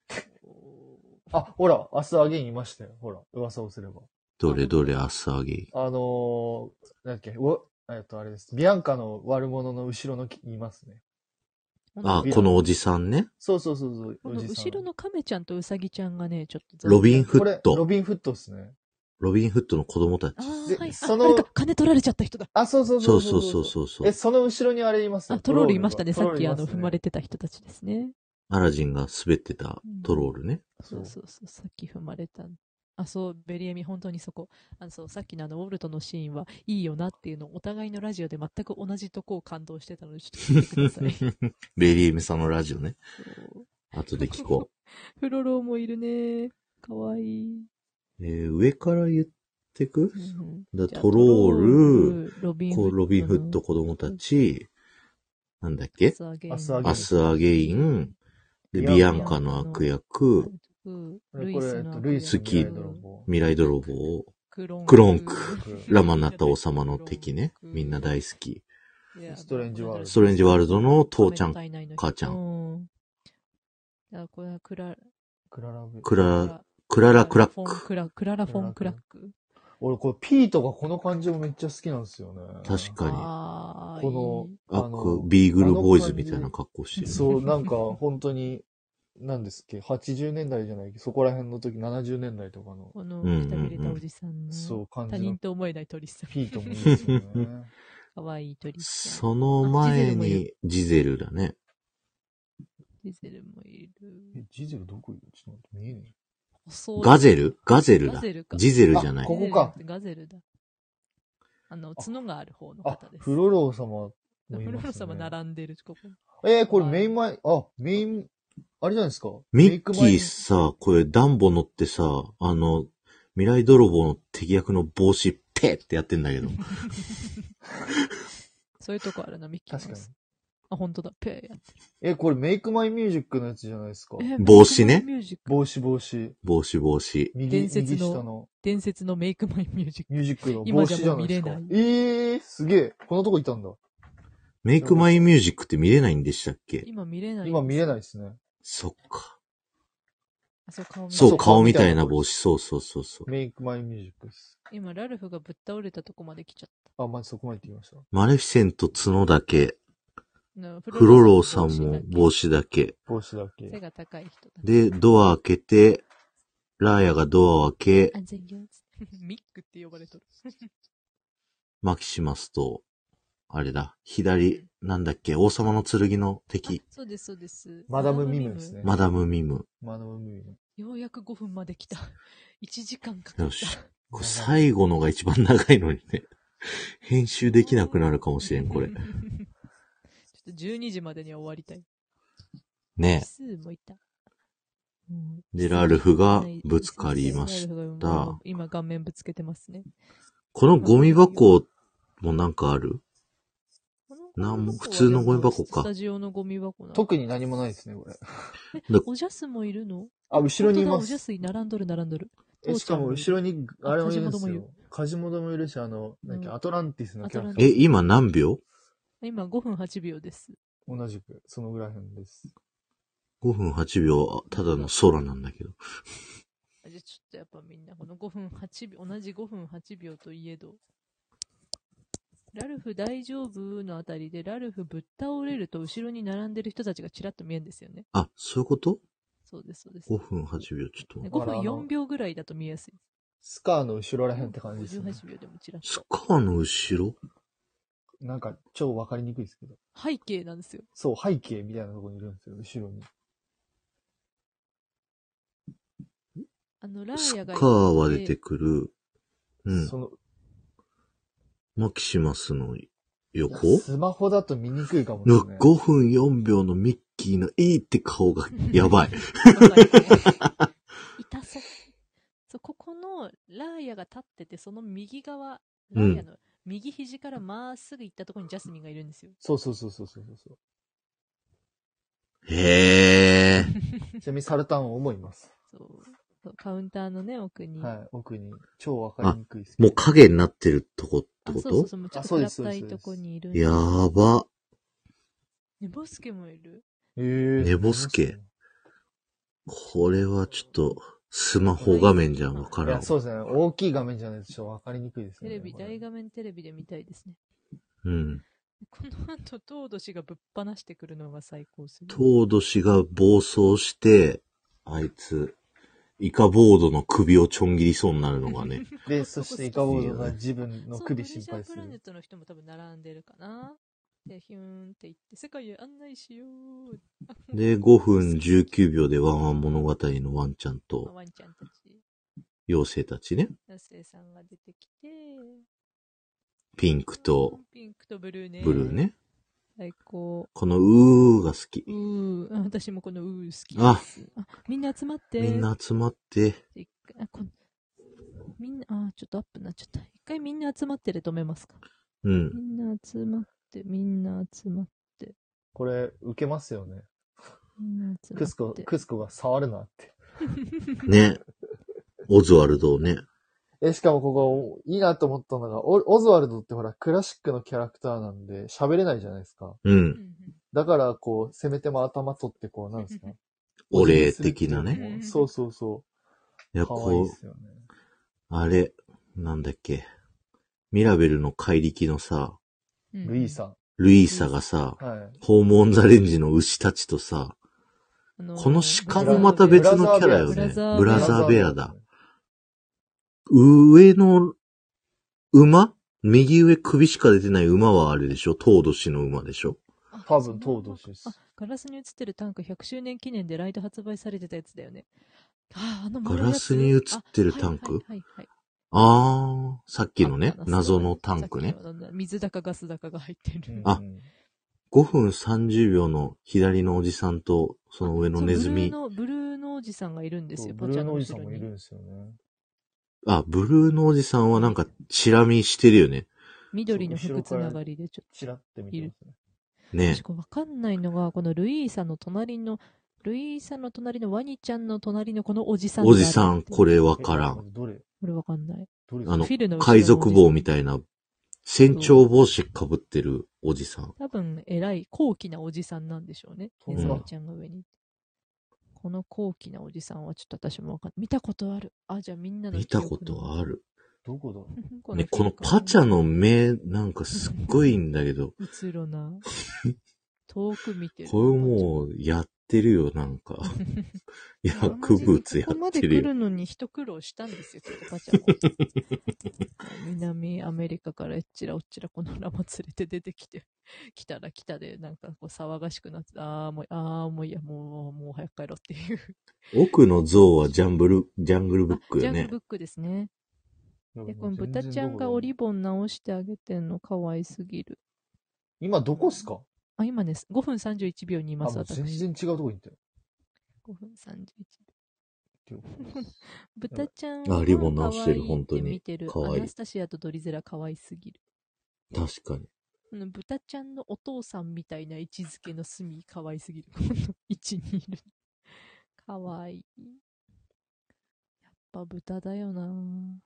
ほら、アスアゲインいましたよ。ほら、噂をすれば。 どれアスアゲイン。 なんだっけ、あれです。ビアンカの悪者の後ろの木にいますね。 このおじさんね。 そう。 この後ろのカメちゃんとウサギちゃんがね、ちょっと。 ロビンフット。 ロビンフットですね。 ロビンフットの子供たち。 で、はい、その、金取られちゃった人だ。 そう。その後ろにあれいますトロールいましたね。さっき踏まれてた人たちですね。 アラジンが滑ってたトロールね。 そう。さっき踏まれた。そう、ベリエミ、本当にそこ。そう、さっきのウォルトのシーンはいいよなっていうのをお互いのラジオで全く同じとこを感動してたので、ちょっと聞いてください。 ベリエミさんのラジオね。後で聞こう。フロローもいるね。かわいい。 上から言ってく、トロール、ロビンフット子供たち、なんだっけアスアゲイン、でビアンカの悪役、 ルイスキ未来泥棒、クロンク、ラマナタ王様の敵ね。みんな大好き。 ストレンジワールドの父ちゃん、母ちゃん。 これはクララクラック。 クララフォンクラック。 俺、これ、ピートがこの感じもめっちゃ好きなんですよね。 確かに。 この、ビーグルボーイズみたいな格好してる。 そう、なんか、本当に、何ですっけ、80年代じゃないけど、そこら辺の時、70年代とかの。 この、くたびれたおじさんの、 そう感じ他人と思えない鳥さん。 ピートもいいですよね。 かわいい鳥さん。 その前に、ジゼルだね。 ジゼルもいる。 ジゼルどこいる？ちょっと待って、見えねえ。 ガゼルだ。ジゼルじゃない。 ここか。 ガゼルだ。角がある方の方です。 フロロー様。 フロロー様並んでる、ここ。 これメイン、あれじゃないですか。 ミッキーさ、これダンボ乗ってさ、未来泥棒の敵役の帽子、ペーってやってんだけど。 そういうとこあるな、ミッキー。確かに。本当だ、ペーやってる。これメイクマイミュージックのやつじゃないですか。 帽子ね。 帽子。 伝説のメイクマイミュージック。 ミュージックの帽子じゃないですか。すげえ。こんなとこいたんだ。 メイクマイミュージックって見れないんでしたっけ？ 今見れないですね。 そっか。 そう、 顔みたいな帽子。そう。 メイクマイミュージックです。 今、ラルフがぶっ倒れたとこまで来ちゃった。 まずそこまで行ってきました。 マレフィセント角だけ。フロローさんも帽子だけ。 背が高い人だ。 で、ドア開けて、ラーヤがドアを開け、 ミックって呼ばれとる。 マキシマスと、あれだ、左、なんだっけ、王様の剣の敵。 そうです。 マダムミムですね。 マダムミム。 ようやく5分まで来た。1時間かかった。よし。 これ最後のが一番長いのにね。編集できなくなるかもしれん、これ。 12時までには終わりたい。 ね数もいた。 で、ラルフがぶつかりました。 今顔面ぶつけてますね。 このゴミ箱もなんかある？普通のゴミ箱か。 スタジオのゴミ箱特に何もないですね、これ。 おジャスもいるの？ 後ろにいます。 おジャス並んどる。 しかも後ろに、あれもいるんですよ。カジモドもいるし、アトランティスのキャラクター。 今何秒？ 今5分8秒です。 同じく、そのぐらいです。 5分8秒、ただの空なんだけど。 じゃあちょっとやっぱみんな、この5分8秒、同じ5分8秒といえど、ラルフ大丈夫のあたりで、ラルフぶっ倒れると後ろに並んでる人たちがちらっと見えるんですよね。 そういうこと？ そうです。 5分8秒、ちょっと。 5分4秒ぐらいだと見えやすい。 スカーの後ろらへんって感じですね。 18秒でもちらっと。 スカーの後ろ？ なんか超わかりにくいですけど。 背景なんですよ。 そう、背景みたいなところにいるんですよ、後ろに。 ラーヤがスカーは出てくる。マキシマスの横？ スマホだと見にくいかもしれない。 5分4秒のミッキーのいいって顔がやばい。 痛そう。そう、ここのラーヤが立ってて、その右側、ラーヤの右肘からまっすぐ行ったところにジャスミンがいるんですよ。 そう。 へー。 ちなみにサルタンを思います。 そう。カウンターのね、奥に。 はい、奥に。超わかりにくいです。 もう影になってるとこってこと？ そう。ちょっと暗ったいとこにいる。 やば。 ネボスケもいる。 ネボスケ。これはちょっと、スマホ画面じゃわからん。 そうですね。大きい画面じゃないとちょっとわかりにくいですね。 大画面テレビで見たいですね。 うん。 この後、トード氏がぶっ放してくるのが最高する。 トード氏が暴走して、あいつ、 イカボードの首をちょん切りそうになるのがね。 で、そしてイカボードが自分の首心配する。 プラネットの人も多分並んでるかな。で、ヒューンって言って、世界へ案内しよう。 で、5分19秒でワンワン物語のワンちゃんと、 ワンちゃんたち。 妖精たちね。 妖精さんが出てきて、 ピンクとブルーね。 ブルーね。 最高。 このうーが好き。 私もこのうー好きです。みんな集まって。 みんな集まって。 みんな、ちょっとアップになっちゃった。一回みんな集まってで止めますか。 うん。 みんな集まって、みんな集まって。 これ、受けますよね。クスコが触るなって。 ね。オズワルドをね。 しかもここ、いいなと思ったのが、オズワルドってほら、クラシックのキャラクターなんで、喋れないじゃないですか。 うん。 だから、こう、せめても頭取って、こう、なんですか。 お礼的なね。 そうそうそう。 いや、こう、あれ、なんだっけ。ミラベルの怪力のさ、 ルイーサがさ、ホームオンザレンジの牛たちとさ、この鹿もまた別のキャラよね。ブラザーベアだ。上の馬？右上首しか出てない馬はあれでしょ？トード氏の馬でしょ？ 多分トード氏です。 ガラスに映ってるタンク100周年記念でライト発売されてたやつだよね。 ガラスに映ってるタンク？さっきのね、謎のタンクね。 水だかガスだかが入ってる。 5分30秒の左のおじさんと、その上のネズミ。 ブルーのおじさんがいるんですよ、 ブルーのおじさんもいるんですよね。 ブルーのおじさんはなんか、チラ見してるよね。 緑の服つながりでちょっと。 チラって見てますね。 ね。わかんないのが、このルイーサの隣のワニちゃんの隣のこのおじさん。 おじさん、これわからん。 これわかんない。 海賊帽みたいな、船長帽子かぶってるおじさん。 多分、偉い、高貴なおじさんなんでしょうね。ネズミちゃんが上に。この高貴なおじさんはちょっと私もわかんない。見たことある。じゃあみんなの見たことある。 どこだね、このパチャの目、なんかすっごいいいんだけど。 うつろな。遠く見てる。 これもう、やってるよ、なんか。薬物やってるよ。 ここまで来るのに一苦労したんですよ、きっとパチャも。南アメリカからえっちらおっちらこのラマ連れて出てきて、来たら来たで、なんかこう騒がしくなって、もういや、もう早く帰ろうっていう。 奥の像はジャングルブックよね。 ジャングルブックですね。で、この豚ちゃんがおリボン直してあげてんの可愛すぎる。 今どこっすか？ 今です。5分31秒にいます、 私。全然違うとこに行ったよ。 5分31秒。豚ちゃんはリボン直してる、本当に。 見てる。アナスタシアとドリゼラ可愛すぎる。 確かに。 豚ちゃんのお父さんみたいな位置づけの隅可愛すぎる。この位置にいる。可愛い。やっぱ豚だよな。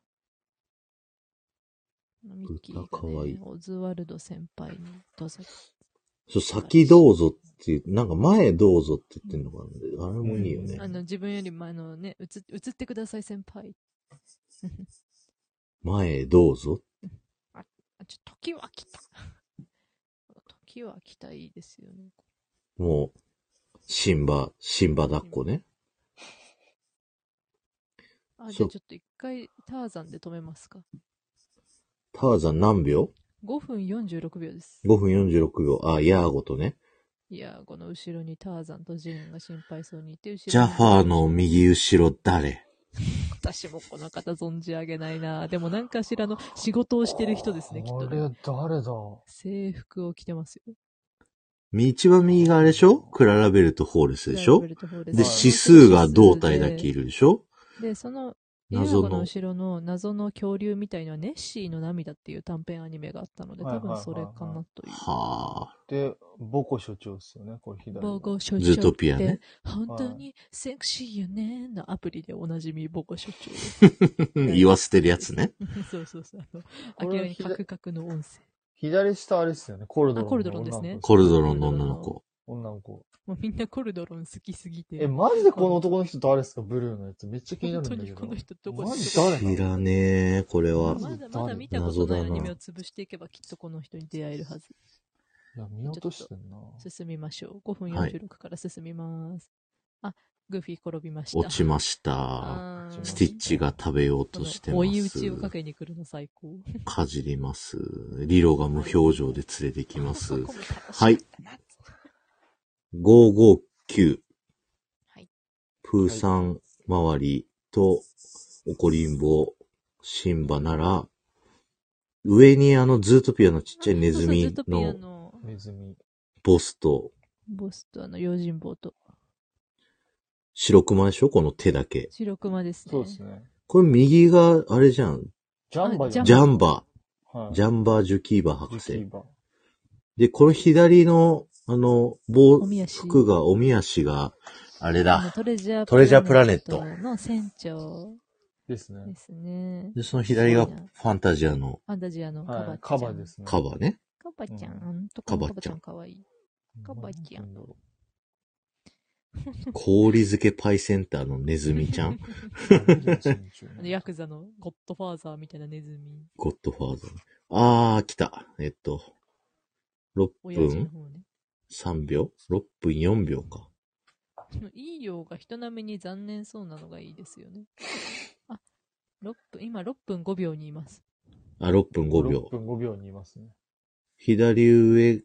ミッキーがね、オズワルド先輩にどうぞ。 先どうぞっていう、なんか前どうぞって言ってんのかな。あれもいいよね。 自分より前のね、映ってください先輩。 前どうぞ。 時は来た。時は来たいいですよね。 もう、シンバ抱っこね。 じゃあちょっと一回ターザンで止めますか。 ターザン何秒？ 5 分46秒です。 5分46秒。ヤーゴとね。 ヤーゴの後ろにターザンとジェーンが心配そうにいて、 ジャファーの右後ろ誰？ 私もこの方存じ上げないな。でも何かしらの仕事をしてる人ですね、きっと、ね。 あれ誰だ？ 制服を着てますよ。 一番右があれでしょ？クララベルト・ホーレスでしょ？で、指数が胴体だけいるでしょ？ で、その、ヤーゴの後ろの謎の恐竜みたいのはネッシーの涙っていう短編アニメがあったので、多分それかなという。 はぁ。 で、ボコ所長ですよね、これ左。 ボコ所長。 ズートピアね。 本当にセクシーよねのアプリでおなじみボコ所長。 言わせてるやつね。 そう。明らかにカクカクの音声。 左下あれですよね、コルドロン。 コルドロンですね。 コルドロンの女の子。 もうみんなコルドロン好きすぎて。 マジでこの男の人誰ですか？ブルーのやつ。めっちゃ気になるんだけど。 本当にこの人どこマジ誰？ 知らねえ、これは。 まだ見たことないアニメを潰していけばきっとこの人に出会えるはず。 いや、見落としてんな。 進みましょう。5分46から進みます。 グーフィー転びました。 落ちました。スティッチが食べようとしてます。 追い打ちをかけに来るの最高。 かじります。リロが無表情で連れてきます。はい。559。 はい。 プーさん周りと、オコリンボ、シンバなら、上にズートピアのちっちゃいネズミのボスと、 用心棒と。 白熊でしょこの手だけ。 白熊ですね。 そうですね。 これ右が、あれじゃん。 ジャンバジャンバ。はい、ジャンバー・ジュキーバー博士。で、この左の、服が、おみ足が、あれだ。 トレジャープラネット。 の船長。 ですね。 ですね。 で、その左がファンタジアの。 カバですね。 カバね。 カバちゃん。カバちゃんかわいい。カバちゃん。 氷漬けパイセンターのネズミちゃんヤクザのゴッドファーザーみたいなネズミ。 ゴッドファーザー。来た。6分3秒 ?6 分4秒か。 いいようが人並みに残念そうなのがいいですよね。今6分5秒にいます。 6分5秒。 6分5秒にいますね。 左上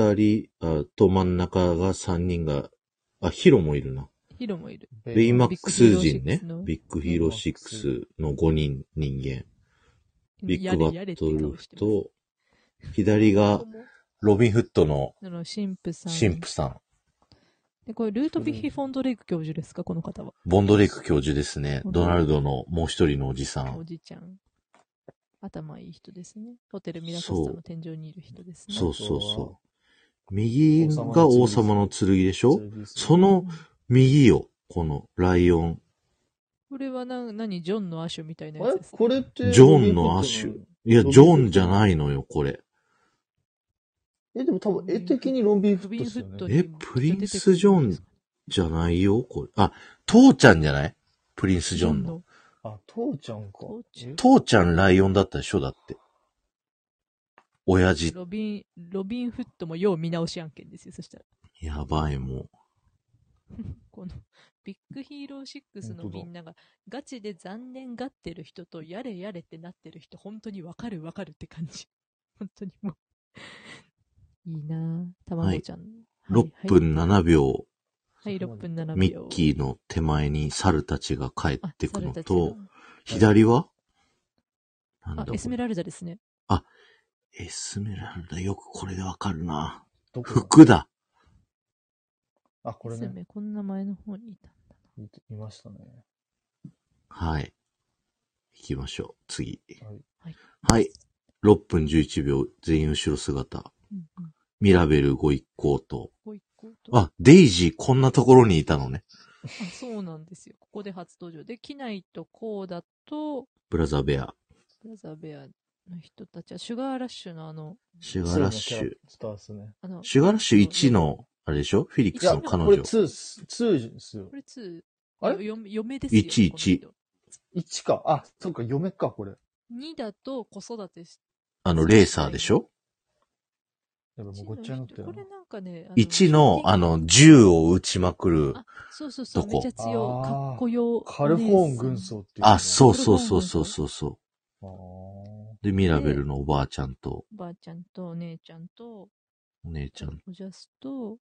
2人、と真ん中が3人が、ヒロもいるな。 ヒロもいる。 ベイマックス人ね。ビッグヒーロー6の5人間。ビッグバトルと、左がロビンフットの神父さん。 で、これルートビッヒ・フォンドレイク教授ですかこの方は。 ボンドレイク教授ですね。ドナルドのもう一人のおじさん。 おじちゃん。頭いい人ですね。ホテルミラコスタの天井にいる人ですね。 そう。右が王様の剣でしょ、その右よ、このライオン。 これは何ジョンの亜種みたいなやつです、ね。 これってジョンの亜種。いや、ジョンじゃないのよ、これ。 でも多分絵的にロビンフットですよね。 プリンス・ジョンじゃないよ、これ。父ちゃんじゃないプリンス・ジョンの。 父ちゃんか。 父ちゃんライオンだったでしょだって。親父。 ロビンフットも要見直し案件ですよ、そしたら。 やばい、もう。 この、ビッグヒーロー6のみんなが、ガチで残念がってる人と、やれやれってなってる人、本当にわかるって感じ。本当にもう。いいなぁ。たまごちゃん。 6分7秒。 はい、6分7秒。 ミッキーの手前に猿たちが帰ってくのと、左はエスメラルダですね。 エスメラルダ、よくこれでわかるな。服だ。 これね。 こんな前の方にいたんだな。いましたね。 はい。行きましょう。次。はい。6分11秒、全員後ろ姿。ミラベルご一行と。デイジーこんなところにいたのね。 そうなんですよ。ここで初登場。で、キナイとコーダと、 ブラザーベアの人たちは、シュガーラッシュのシュガーラッシュ。 シュガーラッシュ1の、あれでしょフィリックスの彼女。 これ2ですよ。 これ2。 あれ嫁ですよ。 1。 1か。そっか、嫁か、これ。 2だと子育てしレーサーでしょやっぱもうごっちゃになってる。 これなんかね、 1の、銃を撃ちまくる。 そう。めっちゃ強い。かっこよ。 カルフォーン軍曹っていう。 そう。で、ミラベルのおばあちゃんと。 おばあちゃんと、お姉ちゃんと、 おジャスと、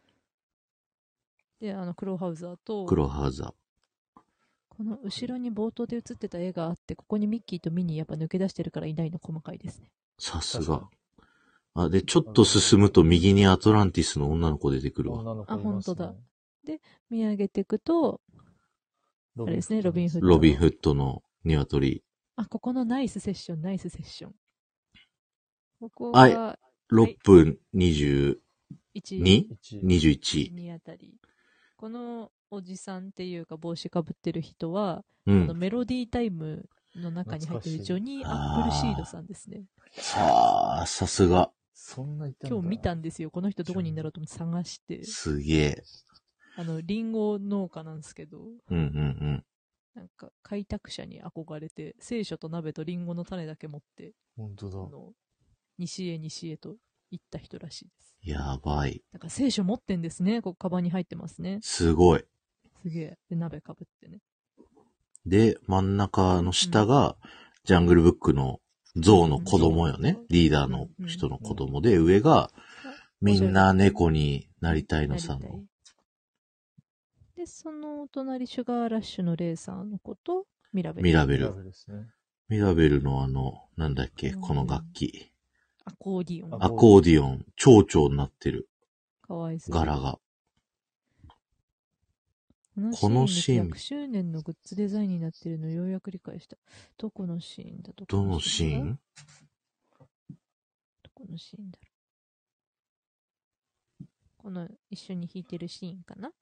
で、クローハウザーと、この後ろに冒頭で映ってた絵があって、ここにミッキーとミニーやっぱ抜け出してるからいないの細かいですね。 さすが。で、ちょっと進むと右にアトランティスの女の子出てくるわ。 本当だ。で、見上げていくと、あれですね、ロビンフットの鶏。 ここのナイスセッション。ここが、6分21。 にあたり。このおじさんっていうか帽子かぶってる人は、メロディータイムの中に入ってるジョニー・アップルシードさんですね。 さすが。 今日見たんですよ。この人どこにいるんだろうと思って探して。 すげえ。 リンゴ農家なんですけど。なんか、開拓者に憧れて、聖書と鍋とリンゴの種だけ持って、 本当だ。 西へと行った人らしいです。 やばい。 なんか聖書持ってんですね。ここ、カバンに入ってますね。 すごい。 すげえ。で、鍋かぶってね。 で、真ん中の下が、ジャングルブックの象の子供よね。リーダーの人の子供で、上が、みんな猫になりたいのさんの。 で、その隣、シュガーラッシュのレーサーの子と、ミラベル。 ミラベル。ミラベルのなんだっけ、この楽器。 アコーディオン。 アコーディオン。蝶々になってる。 かわいそう。 柄が。 このシーン。100周年のグッズデザインになってるのをようやく理解した。どこのシーンだとどのシーン？ どこのシーンだろう。この一緒に弾いてるシーンかな？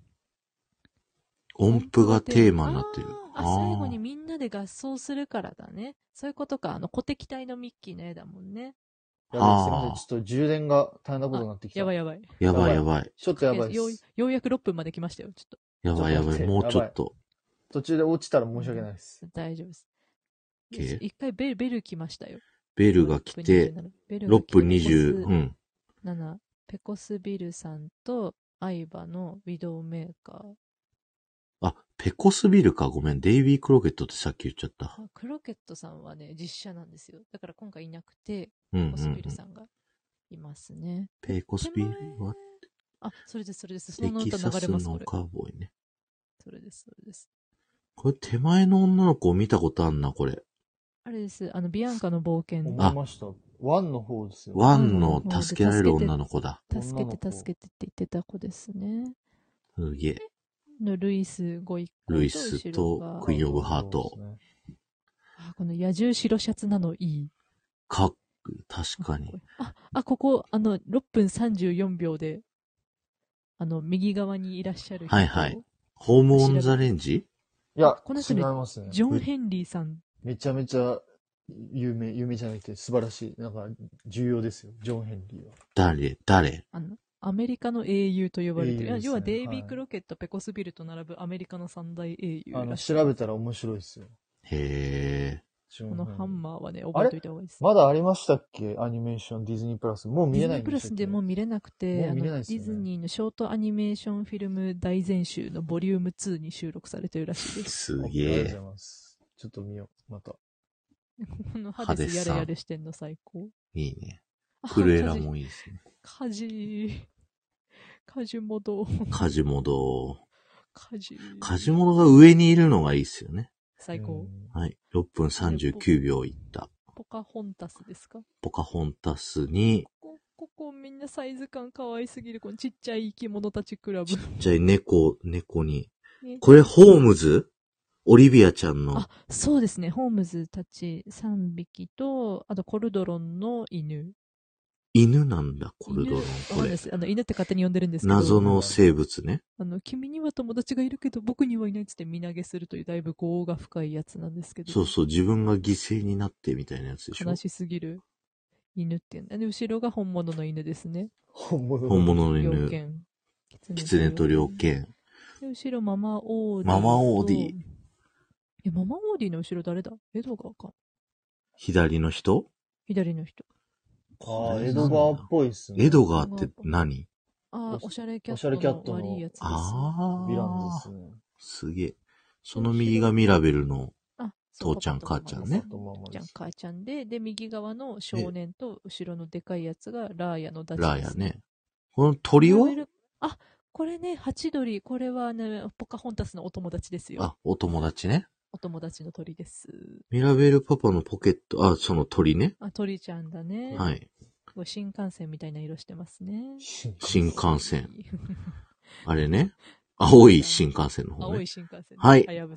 音符がテーマになってる。 最後にみんなで合奏するからだね。そういうことか。鼓敵隊のミッキーの絵だもんね。 やばい、すいません。ちょっと充電が大変なことになってきた。 やばいやばい。 やばいやばい。 ちょっとやばいです。 ようやく6分まで来ましたよ、ちょっと。 やばいやばい、もうちょっと。 途中で落ちたら申し訳ないです。 大丈夫です。一回ベル来ましたよ。 ベルが来て、6分20、うん。 7、ペコスビルさんとアイバのウィドウメーカー。 あ、ペコスビルか。ごめん。デイビー・クロケットってさっき言っちゃった。 クロケットさんはね、実写なんですよ。だから今回いなくて、ペコスビルさんがいますね。 ペコスビルはそれです、それです。その歌流れます、これ。 カーボーイね。 それです、それです。 これ手前の女の子を見たことあんな、これ。 あれです。ビアンカの冒険。 思いました。ワンの方ですよ。 ワンの助けられる女の子だ。 助けてって言ってた子ですね。 すげえ。 のルイスご一行。ルイスとクイーンオブハート。 この野獣白シャツなのいい。 確かに。 ここ、6分34秒で、右側にいらっしゃる人。 はいはい。ホームオンザレンジ？ いや、この人ね、違いますね。 ジョン・ヘンリーさん。 めちゃめちゃ有名じゃなくて素晴らしい。なんか、重要ですよ、ジョン・ヘンリーは。 誰アメリカの英雄と呼ばれてる。要はデイビー・クロケット、ペコスビルと並ぶアメリカの三大英雄。 調べたら面白いですよ。 へー。このハンマーはね、覚えておいた方がいいです。 まだありましたっけ？アニメーション、ディズニープラス。もう見れないんですか？ ディズニープラスでもう見れなくて、 ディズニーのショートアニメーションフィルム大全集のボリューム2に収録されてるらしいです。 すげえ。ありがとうございます。 ちょっと見よう、また。 このハデスやれやれしてんの最高。 いいね。クルエラもいいですね。 カジモド。 カジモドが上にいるのがいいっすよね。 最高。 はい。6分39秒いった。 ポカホンタスですか？ ポカホンタスに、 ここみんなサイズ感可愛すぎる。このちっちゃい生き物たちクラブ。 ちっちゃい猫に。これホームズ？オリビアちゃんの。 そうですね。ホームズたち3匹と、あとコルドロンの犬。 犬なんだ、コルドロン。これ。 犬って勝手に呼んでるんですけど。 謎の生物ね。 君には友達がいるけど僕にはいないっつって身投げするというだいぶ業が深いやつなんですけど。 そうそう、自分が犠牲になってみたいなやつでしょ。 悲しすぎる犬っていうんだ。で、後ろが本物の犬ですね。 本物の犬。狐と猟犬。 で、後ろママオーディ。 ママオーディの後ろ誰だ？エドガーか。 左の人。 エドガーっぽいっすね。 エドガーって何？ おしゃれキャットの悪いやつです。 ヴィランですね。 すげえ。その右がミラベルの父ちゃん母ちゃんね。 父ちゃん母ちゃんで、右側の少年と後ろのでかいやつがラーヤのダチです。 ラーヤね。この鳥は？ これね、ハチドリ。これはね、ポカホンタスのお友達ですよ。 お友達ね。 お友達の鳥です。 ミラベルパパのポケット、その鳥ね。 鳥ちゃんだね。 はい。 新幹線みたいな色してますね。 新幹線。あれね。青い新幹線の方ね。 青い新幹線。 はい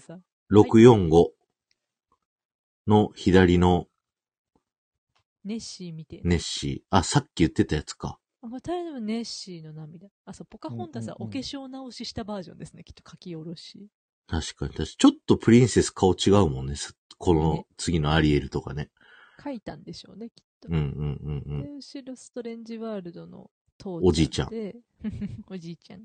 。645の左のネッシー見て。 ネッシー。さっき言ってたやつか。 これ誰でもネッシーの涙。そう、ポカホンタスはお化粧直ししたバージョンですね。きっと書き下ろし。 確かに。ちょっとプリンセス顔違うもんね。この次のアリエルとかね。 書いたんでしょうね、きっと。 で、 後ろストレンジワールドの父ちゃんで。 おじいちゃん。 おじいちゃん。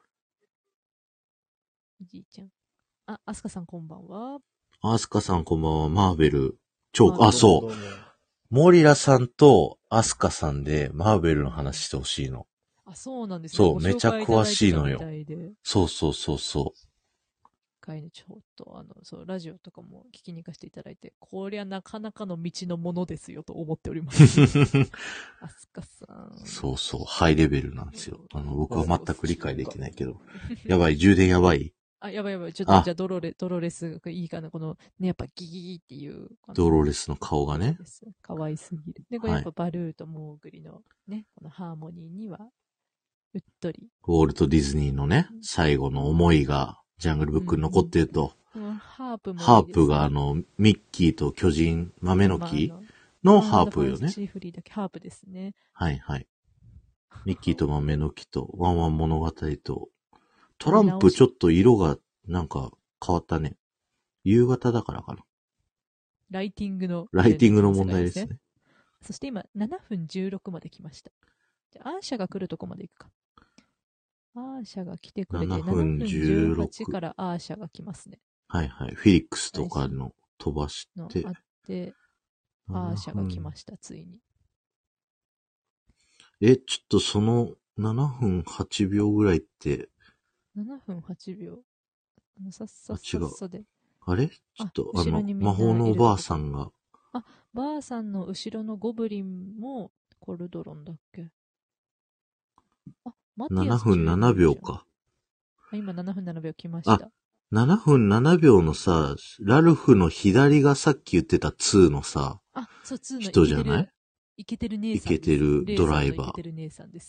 おじいちゃん。アスカさんこんばんは。 アスカさんこんばんは。マーベル。そう。モリラさんとアスカさんでマーベルの話してほしいの。 そうなんですよ。そう、めちゃ詳しいのよ。そう。 回ね、ちょっと、そう、ラジオとかも聞きに行かせていただいて、こりゃなかなかの道のものですよと思っております。アスカさん。 そうそう、ハイレベルなんですよ。僕は全く理解できないけど。やばい、充電やばい。 やばいやばい。ちょっと、じゃあドロレス、いいかな、この、ね、やっぱギギギっていう。 ドロレスの顔がね。 可愛すぎる。で、これやっぱバルーとモーグリのね、このハーモニーには、うっとり。 ウォルト・ディズニーのね、最後の思いが、ジャングルブックに残ってると。 ハープもいいですね。 ハープがミッキーと巨人、豆の木のハープよね。 シーフリーだけハープですね。 はいはい。ミッキーと豆の木と、ワンワン物語と、トランプちょっと色がなんか変わったね。夕方だからかな。 ライティングの問題ですね。 そして今、7分16まで来ました。じゃあ、アーシャが来るとこまで行くか。アーシャが来てくれて、7分18からアーシャが来ますね。 はいはい。フィリックスとかの飛ばして。 あって、アーシャが来ました、ついに。 ちょっとその7分8秒ぐらいって、 7分8秒。さっさで。 あれちょっと魔法のおばあさんが。 ばあさんの後ろのゴブリンもコルドロンだっけ。 マティアス7分7秒か。 今7分7秒来ました。 7分7秒のさ、ラルフの左がさっき言ってた2のさ、 そう、2の人じゃない？ イケてる姉さんです。 イケてるドライバー。 イケてる姉さんです。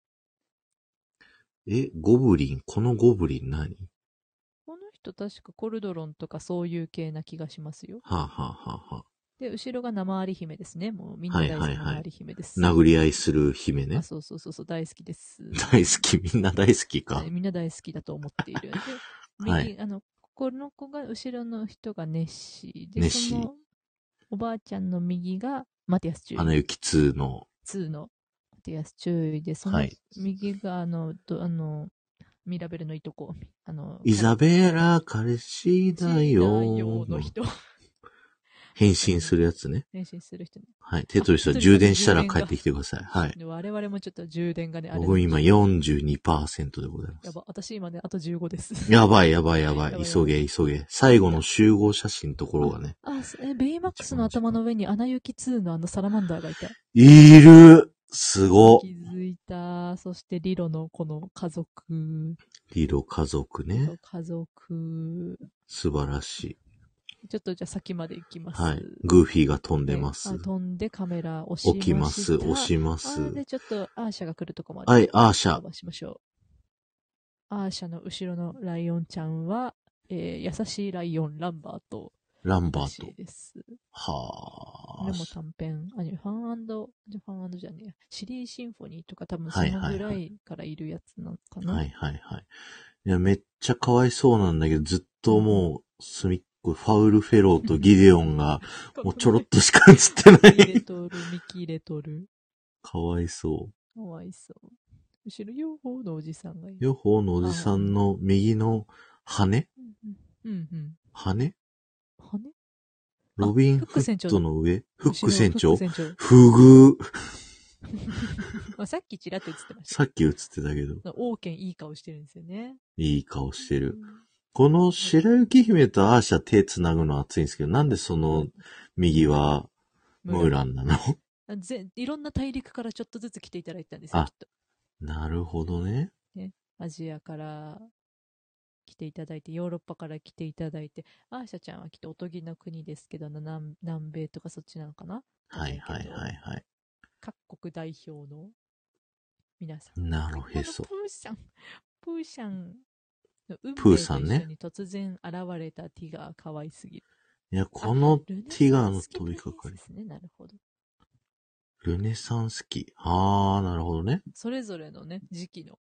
ゴブリン、このゴブリン何？ この人確かコルドロンとかそういう系な気がしますよ。 はあ、はあははあ、 で、後ろが生有姫ですね。もうみんな大好きな生有姫です。 殴り合いする姫ね。 そう、大好きです。 大好き、みんな大好きか。 みんな大好きだと思っている。で、右、この子が、後ろの人がネッシーで、そのおばあちゃんの右がマティアス注意。 花雪2の。 2のマティアス注意で、その右がミラベルのいとこ、 イザベラ彼氏だよの人。 変身するやつね。 変身する人ね。 はい。テトリスは充電したら帰ってきてください。はい。 我々もちょっと充電がね、 僕今 42% でございます。 やば、私今ね、あと15です。 やばい。急げ。最後の集合写真のところがね。 ベイマックスの頭の上にアナ雪2のサラマンダーがいた。 いる！すご。 気づいた。そしてリロのこの家族。 リロ家族ね。 家族。 素晴らしい。 ちょっとじゃあ先まで行きます。 はい。グーフィーが飛んでます。 飛んでカメラ押します。 押します。 で、ちょっとアーシャが来るとこまで。 はい、アーシャ。 飛ばしましょう。アーシャの後ろのライオンちゃんは、優しいライオン、ランバート。です。 はぁ。でも短編、ファンじゃねえや。シリーシンフォニーとか多分そのぐらいからいるやつなのかな。 はい。いや、めっちゃかわいそうなんだけど、ずっともう、隅っこ、ファウルフェローとギデオンが、もうちょろっとしか映ってない。 見切れとる。 かわいそう。 かわいそう。後ろ、ヨッホーのおじさんがいる。 ヨッホーのおじさんの右の羽？羽？ロビンフットの上？フック船長？フグさっきちらっと映ってました。 さっき映ってたけど。 王権いい顔してるんですよね。 いい顔してる。この白雪姫とアーシャ手繋ぐのは熱いんですけど、なんでその右はムーランなの？ いろんな大陸からちょっとずつ来ていただいたんですよ、きっと。 なるほどね。 アジアから来ていただいて、ヨーロッパから来ていただいて、アーシャちゃんはきっとおとぎの国ですけど、南米とかそっちなのかな？ はい。 各国代表の皆さん。 なるへそ。 プーシャンの運命と一緒に突然現れたティガー可愛すぎる。 いや、このティガーの飛びかかり。 ですね、なるほど。 ルネサンス期。なるほどね。 それぞれのね、時期の。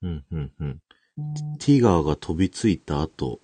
ティガーが飛びついた後。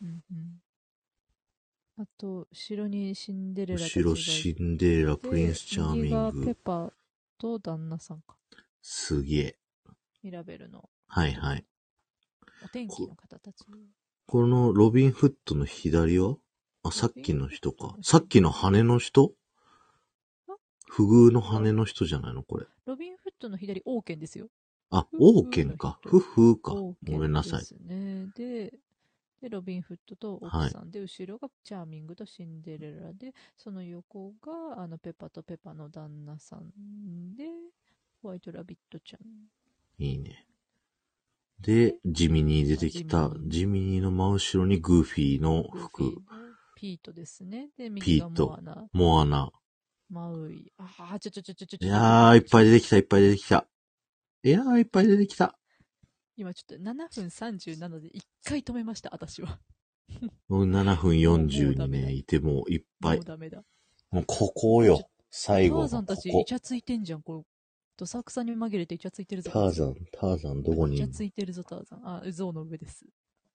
あと、後ろにシンデレラたち後ろシンデレラ、プリンスチャーミング。 右がペパーと旦那さんか。 すげえ。 ミラベルの。 はい。 お天気の方たち。 このロビンフットの左は？さっきの人か。さっきの羽の人？不遇の羽の人じゃないのこれ。 ロビンフットの左、王権ですよ。 王権か。フか。ごめんなさい。 で、 で、ロビン・フットと奥さんで、後ろがチャーミングとシンデレラで、その横が、ペパとペパの旦那さんで、ホワイトラビットちゃん。 いいね。で、ジミニー出てきた。ジミニーの真後ろにグーフィーの服。 ピートですね。で、右がモアナ。 モアナ。 マウイ。 いやー、いっぱい出てきた、いっぱい出てきた。いやー、いっぱい出てきた。 今ちょっと7分37で1回止めました、私は。 もう7分40にね、いてもいっぱい。 もうダメだ。 もうここよ。最後のここ。 ターザンたちイチャついてんじゃん、これ。どさくさに紛れてイチャついてるぞ。 ターザンどこにいるの？ イチャついてるぞ、ターザン。あ、象の上です。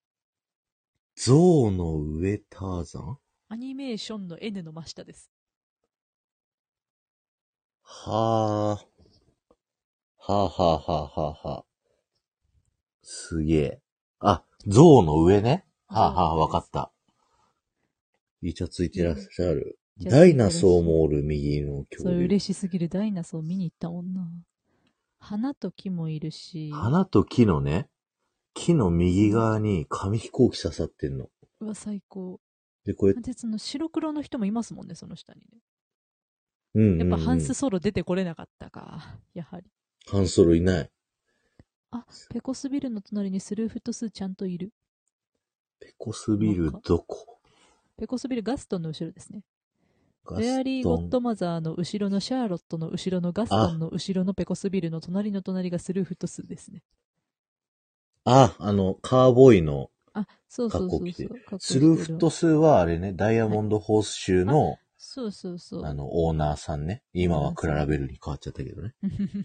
象の上ターザン？ アニメーションの N の真下です。 はぁ。は。すげえ。あ、象の上ね。わかった。イチャついてらっしゃる。ダイナソーもおる、右の恐竜。それ嬉しすぎる。ダイナソー見に行ったもんな。花と木もいるし。 花と木のね、木の右側に紙飛行機刺さってんの。 うわ、最高。 で、これ。 で、その白黒の人もいますもんね、その下にね。 やっぱハンスソロ出てこれなかったか。やはり。 ハンソロいない。 あ、ペコスビルの隣にスルーフットスーちゃんといる。 ペコスビルどこ？ ペコスビルガストンの後ろですね。レアリー・ゴッドマザーの後ろのシャーロットの後ろのガストンの後ろのペコスビルの隣の隣がスルーフットスーですね。 カーボーイの格好着て。スルーフットスーはあれね、ダイヤモンドホース州の、 そう。 オーナーさんね。今はクララベルに変わっちゃったけどね。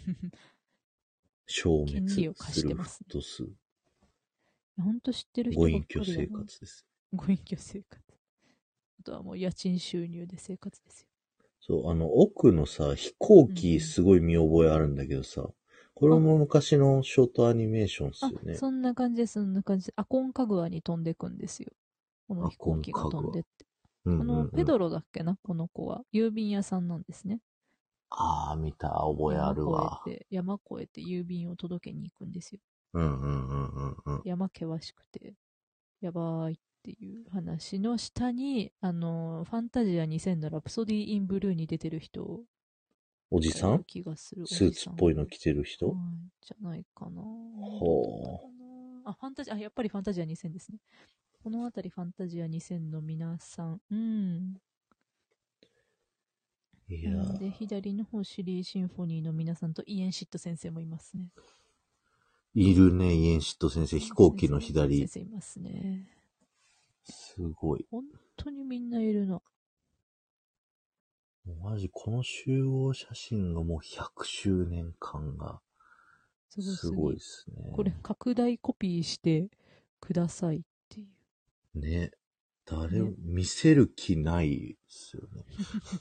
消滅。スルーフットスー。 ほんと知ってる人ご隠居生活です。 ご隠居生活。あとはもう家賃収入で生活ですよ。 そう、奥のさ、飛行機すごい見覚えあるんだけどさ、これも昔のショートアニメーションっすよね。 そんな感じです、そんな感じで。アコンカグアに飛んでくんですよ。この飛行機が飛んでって。ペドロだっけな、この子は。郵便屋さんなんですね。 ああ、見た、覚えあるわ。 山越えて郵便を届けに行くんですよ。山険しくて、やばいっていう話の下に、ファンタジア2000のラプソディ・イン・ブルーに出てる人、 おじさん気がする。 スーツっぽいの着てる人、 じゃないかな。 ほう。ファンタジア、やっぱりファンタジア2000ですね。このあたりファンタジア2000の皆さん。 いやで、左の方、シリーシンフォニーの皆さんとイエンシット先生もいますね。 いるね、イエンシット先生。飛行機の左。 先生いますね。 すごい。 本当にみんないるの。 マジ、この集合写真がもう100周年間が、すごいですね。 これ、拡大コピーしてくださいっていう。 ね。誰も見せる気ないですよね。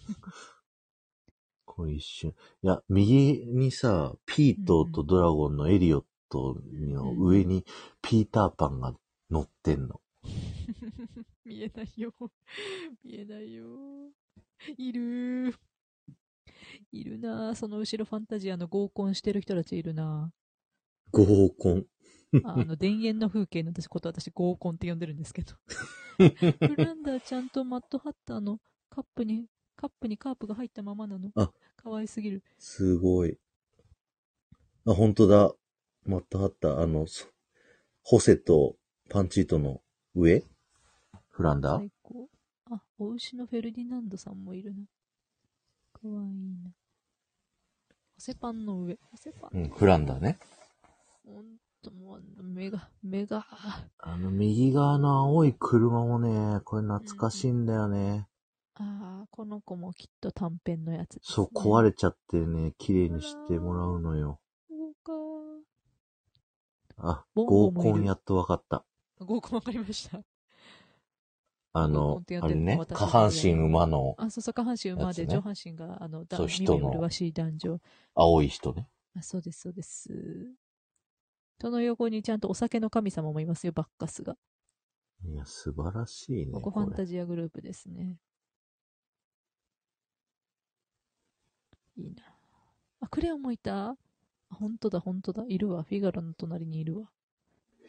この一瞬。いや、右にさ、ピートとドラゴンのエリオットの上にピーターパンが乗ってんの。 見えないよ。見えないよ。いるなぁ。その後ろファンタジアの合コンしてる人たちいるなぁ。合コン田園の風景のこと私合コンって呼んでるんですけど。フランダーちゃんとマットハッターのカップにカープが入ったままなの。かわいすぎる。 すごい。本当だ。マットハッター、ホセとパンチートの上フランダー最高。お牛のフェルディナンドさんもいるな。かわいいな。ホセパンの上。 フランダーね。 ほんともう、目が。 右側の青い車もね、これ懐かしいんだよね。 この子もきっと短編のやつですね。 そう、壊れちゃってね、綺麗にしてもらうのよ。合コンやっとわかった。 合コンわかりました。 あれね、下半身馬の。 そう、下半身馬で上半身が、 人の麗しい男女。 青い人ね。 そうです。その横にちゃんとお酒の神様もいますよ、バッカスが。 いや、素晴らしいね。 ここファンタジアグループですね。いいな。クレオンもいた？本当だ。いるわ。フィガロの隣にいるわ。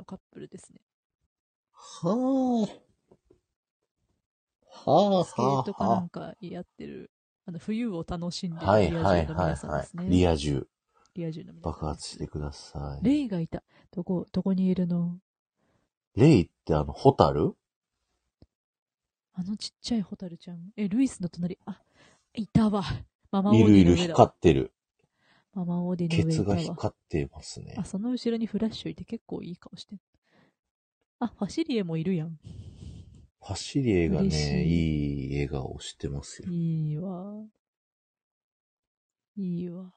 のカップルですね。 はあ。 スケートかなんかやってる、冬を楽しんでるはいリア充の皆さんですね。 リア充。 リア充の皆さん。 爆発してください。 レイがいた。どこにいるの？ レイってホタル？ ちっちゃいホタルちゃん。ルイスの隣。いたわ。ママオーディの上だ。いる、光ってる。 ママオーディの上いたわ。 ケツが光ってますね。 その後ろにフラッシュいて結構いい顔してる。ファシリエもいるやん。 ファシリエがね、いい笑顔してますよ。 いいわ。いいわ。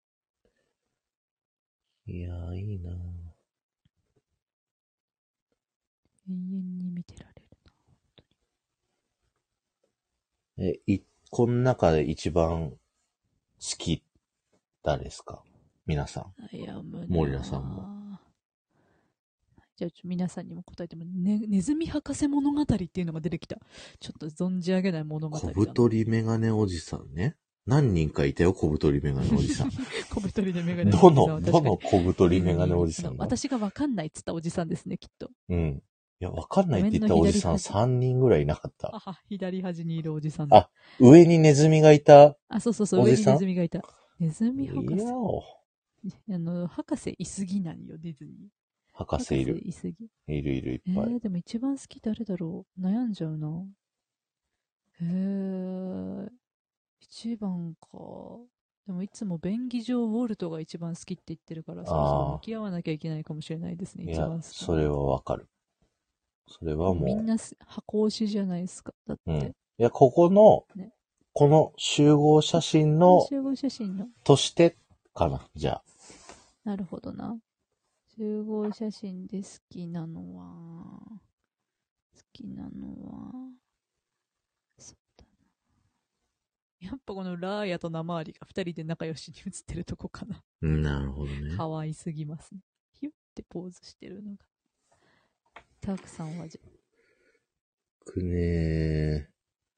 いやー、いいなぁ。 永遠に見てられるな。この中で一番好き、誰ですか？皆さん。 いや、もう森田さんも。 じゃあ、皆さんにも答えても、ネズミ博士物語っていうのが出てきた。ちょっと存じ上げない物語。 小太りメガネおじさんね。何人かいたよ、小太りメガネおじさん。 小太りでメガネおじさん。 どの小太りメガネおじさん私がわかんないっつったおじさんですね、きっと。 うん。いや、わかんないって言ったおじさん3人ぐらいいなかった。 左端にいるおじさんだ。上にネズミがいた。 そう、上にネズミがいた。ネズミ博士。博士いすぎなんよ、ディズニー。 博士いる。 いすぎ。 いるいっぱい。 でも一番好き誰だろう？悩んじゃうな。一番か。でもいつも便宜上ウォルトが一番好きって言ってるから、そろそろ向き合わなきゃいけないかもしれないですね、一番好き。 それはわかる。それはもう。 みんな箱推しじゃないですか。だって。 いや、この集合写真の、 集合写真の。 としてかな、じゃあ。 なるほどな。 集合写真で好きなのは、そうだな。やっぱこのラーヤとナマーリが二人で仲良しに写ってるとこかな。 なるほどね。 可愛すぎますね。ヒュッてポーズしてるのが。たくさんは僕ね、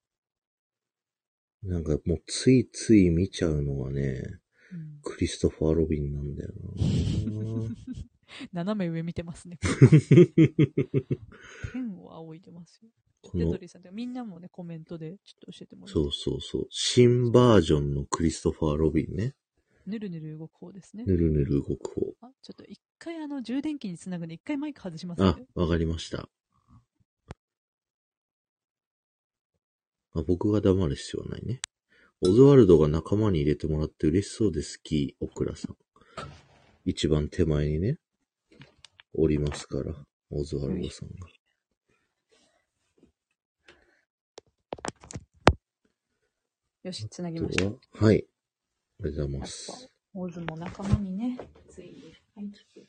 なんかもうついつい見ちゃうのはね、クリストファー・ロビンなんだよな。 斜め上見てますね。天を仰いでますよ。テトリさんみんなもね、コメントでちょっと教えてもらって。 そう。新バージョンのクリストファー・ロビンね。 ぬるぬる動く方ですね。 ぬるぬる動く方。 ちょっと一回充電器につなぐんで一回マイク外しますね。 わかりました。僕が黙る必要はないね。オズワルドが仲間に入れてもらって嬉しそうで好き、オクラさん。一番手前にね、おりますから、オズワルドさんが。 よし、つなぎました。 はい。ありがとうございます。 オズも仲間にね、ついに入ってきて。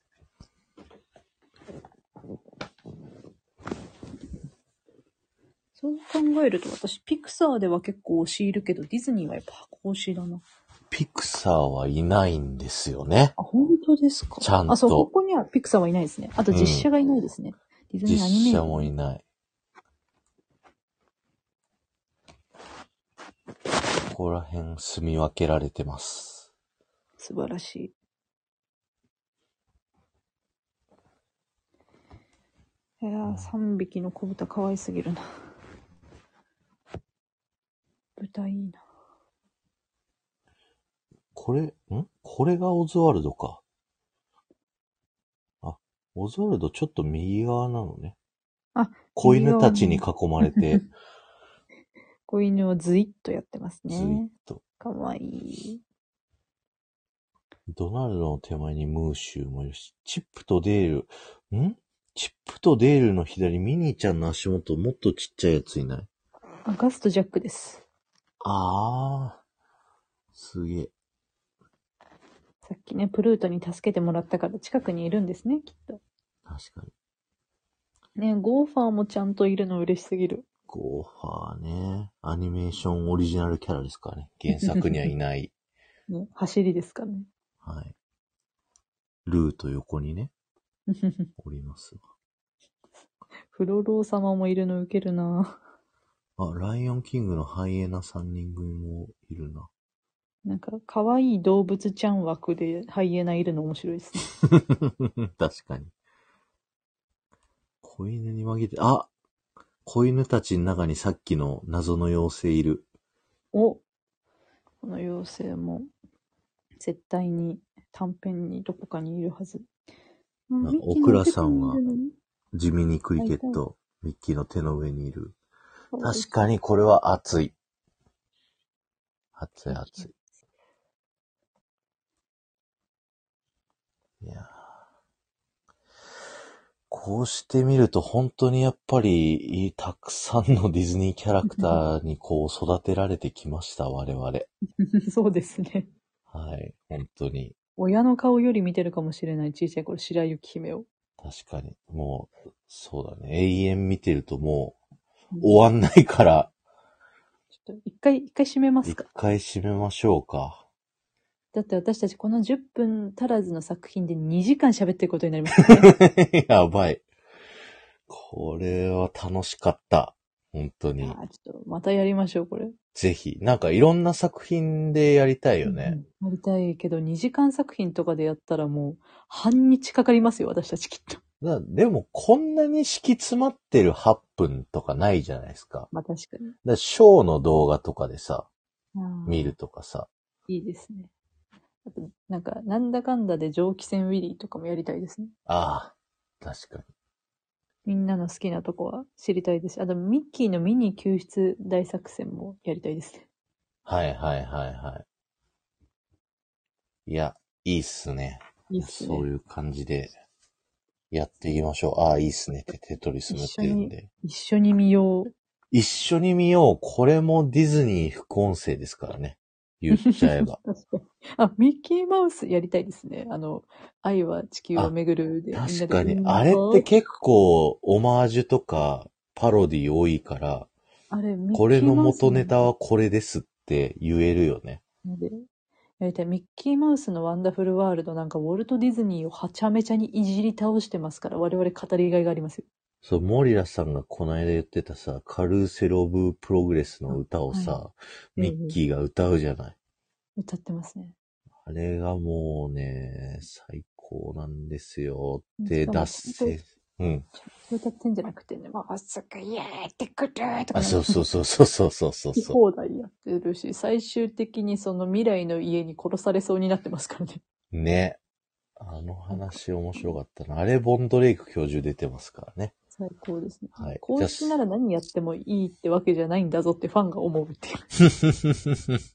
そう考えると私、ピクサーでは結構推しいるけど、ディズニーはやっぱ箱推しだな。 ピクサーはいないんですよね。 本当ですか？ ちゃんと。 そう、ここにはピクサーはいないですね。あと実写がいないですね。ディズニーアニメーション。 実写もいない。ここら辺住み分けられてます。 素晴らしい。いやー、3匹の子豚可愛すぎるな。豚いいな。 これがオズワルドか。オズワルドちょっと右側なのね。子犬たちに囲まれて。 子犬をズイッとやってますね。 ズイッと。 かわいい。 ドナルドの手前にムーシューもいるし、チップとデールの左、ミニーちゃんの足元もっとちっちゃいやついない？ ガスとジャックです。 すげえ。 さっきね、プルートに助けてもらったから近くにいるんですね、きっと。 確かに。ね、ゴーファーもちゃんといるの嬉しすぎる。 ゴーファーね。アニメーションオリジナルキャラですからね。原作にはいない。 ね、走りですかね。 はい。ルーと横にね、おりますわ。 フロロー様もいるのウケるな。 ライオンキングのハイエナ3人組もいるな。 なんか、可愛い動物ちゃん枠でハイエナいるの面白いですね。確かに。子犬に紛れて、子犬たちの中にさっきの謎の妖精いる。 この妖精も、絶対に短編にどこかにいるはず。 オクラさんは、地味にクリケット、ミッキーの手の上にいる。確かにこれは熱い。熱い。いやこうしてみると本当にやっぱりたくさんのディズニーキャラクターにこう育てられてきました、我々。 そうですね。 はい、本当に。 親の顔より見てるかもしれない、小さい頃、白雪姫を。 確かに。もう、そうだね。永遠見てるともう、終わんないから。 ちょっと一回締めますか。 一回締めましょうか。 だって私たちこの10分足らずの作品で2時間喋ってることになりますね。 やばい。これは楽しかった。本当に。 ちょっとまたやりましょう、これ。 ぜひ。なんかいろんな作品でやりたいよね。 やりたいけど、2時間作品とかでやったらもう、半日かかりますよ、私たちきっと。 でも、こんなに敷き詰まってる8分とかないじゃないですか。 まあ確かに。 ショーの動画とかでさ、見るとかさ。 いいですね。あと、なんか、なんだかんだで蒸気船ウィリーとかもやりたいですね。 確かに。 みんなの好きなとこは知りたいです。あと、ミッキーのミニ救出大作戦もやりたいですね。 はい。いや、いいっすね。 いいっすね。 そういう感じでやっていきましょう。いいっすねってテトリス塗ってるんで。 一緒に見よう。 一緒に見よう。これもディズニー副音声ですからね。 言っちゃえば。 確かに。あ、ミッキーマウスやりたいですね。愛は地球を巡るで。 確かに、あれって結構、オマージュとか、パロディ多いから、これの元ネタはこれですって言えるよね。 やりたい。ミッキーマウスのワンダフルワールドなんかウォルト・ディズニーをはちゃめちゃにいじり倒してますから、我々語りがいがありますよ。 そう、モリラさんがこの間言ってたさ、カルーセル・オブ・プログレスの歌をさ、はい、ミッキーが歌うじゃない。 歌ってますね。 あれがもうね、最高なんですよって脱線。うん。 歌ってんじゃなくてね、まあ、すぐやってくるとか、 ね。そう。 放題やってるし、最終的にその未来の家に殺されそうになってますからね。 ね。あの話面白かったな。あれ、ボンドレイク教授出てますからね。 最高ですね。 はい。 公式なら何やってもいいってわけじゃないんだぞってファンが思うっていう。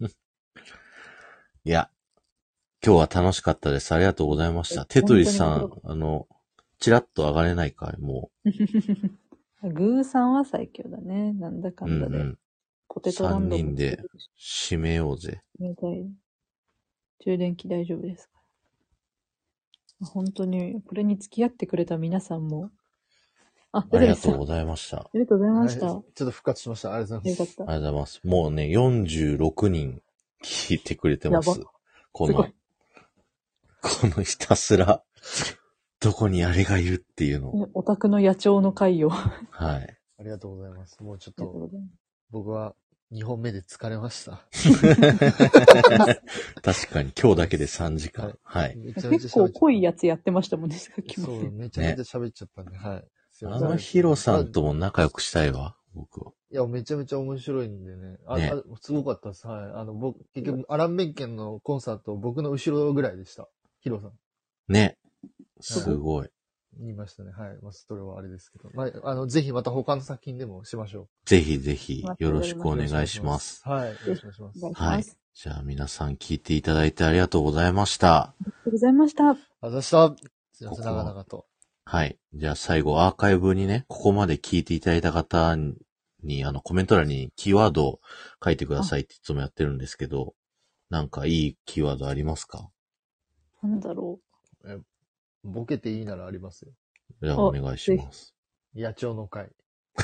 いや、今日は楽しかったです。ありがとうございました。テトリスさん、チラッと上がれないかいもう。グーさんは最強だね。なんだかんだで。 ポテトランド3人で締めようぜ。 充電器大丈夫ですか？本当に、これに付き合ってくれた皆さんも。 ありがとうございました。 ありがとうございました。ちょっと復活しました。ありがとうございます。 よかった。 ありがとうございます。もうね、46人聞いてくれてます。このひたすら、どこにあれがいるっていうの。 オタクの野鳥の会を。 はい。 ありがとうございます。もうちょっと、僕は2本目で疲れました。 確かに、今日だけで3時間。はい。 めちゃめちゃ結構濃いやつやってましたもんね、さっきも。 そう、めちゃめちゃ喋っちゃったんで、はい。 ヒロさんとも仲良くしたいわ、僕は。 いや、めちゃめちゃ面白いんでね。すごかったです。はい。僕、結局、アラン・メンケンのコンサート、僕の後ろぐらいでした。ヒロさん。 ね。すごい。 言いましたね。はい。まあ、それはあれですけど。まあ、ぜひまた他の作品でもしましょう。 ぜひぜひ、よろしくお願いします。 はい。よろしくお願いします。 はい。じゃあ皆さん聞いていただいてありがとうございました。 ありがとうございました。 ありがとうございました。すいません、長々と。 はい。じゃあ最後、アーカイブにね、ここまで聞いていただいた方に、コメント欄にキーワードを書いてくださいっていつもやってるんですけど、なんかいいキーワードありますか？ なんだろう。ボケていいならありますよ。 じゃあお願いします。 野鳥の会。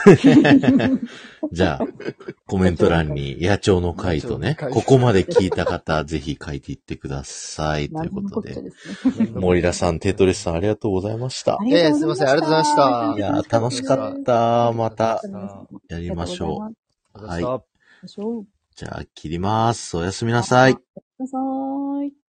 じゃあ、コメント欄に野鳥の会とね、ここまで聞いた方、ぜひ書いていってください。ということで。森田さん、テトリスさん、ありがとうございました。 すいません、ありがとうございました。 いや、楽しかった。また、やりましょう。はい。じゃあ、切ります。おやすみなさい。 おやすみなさい。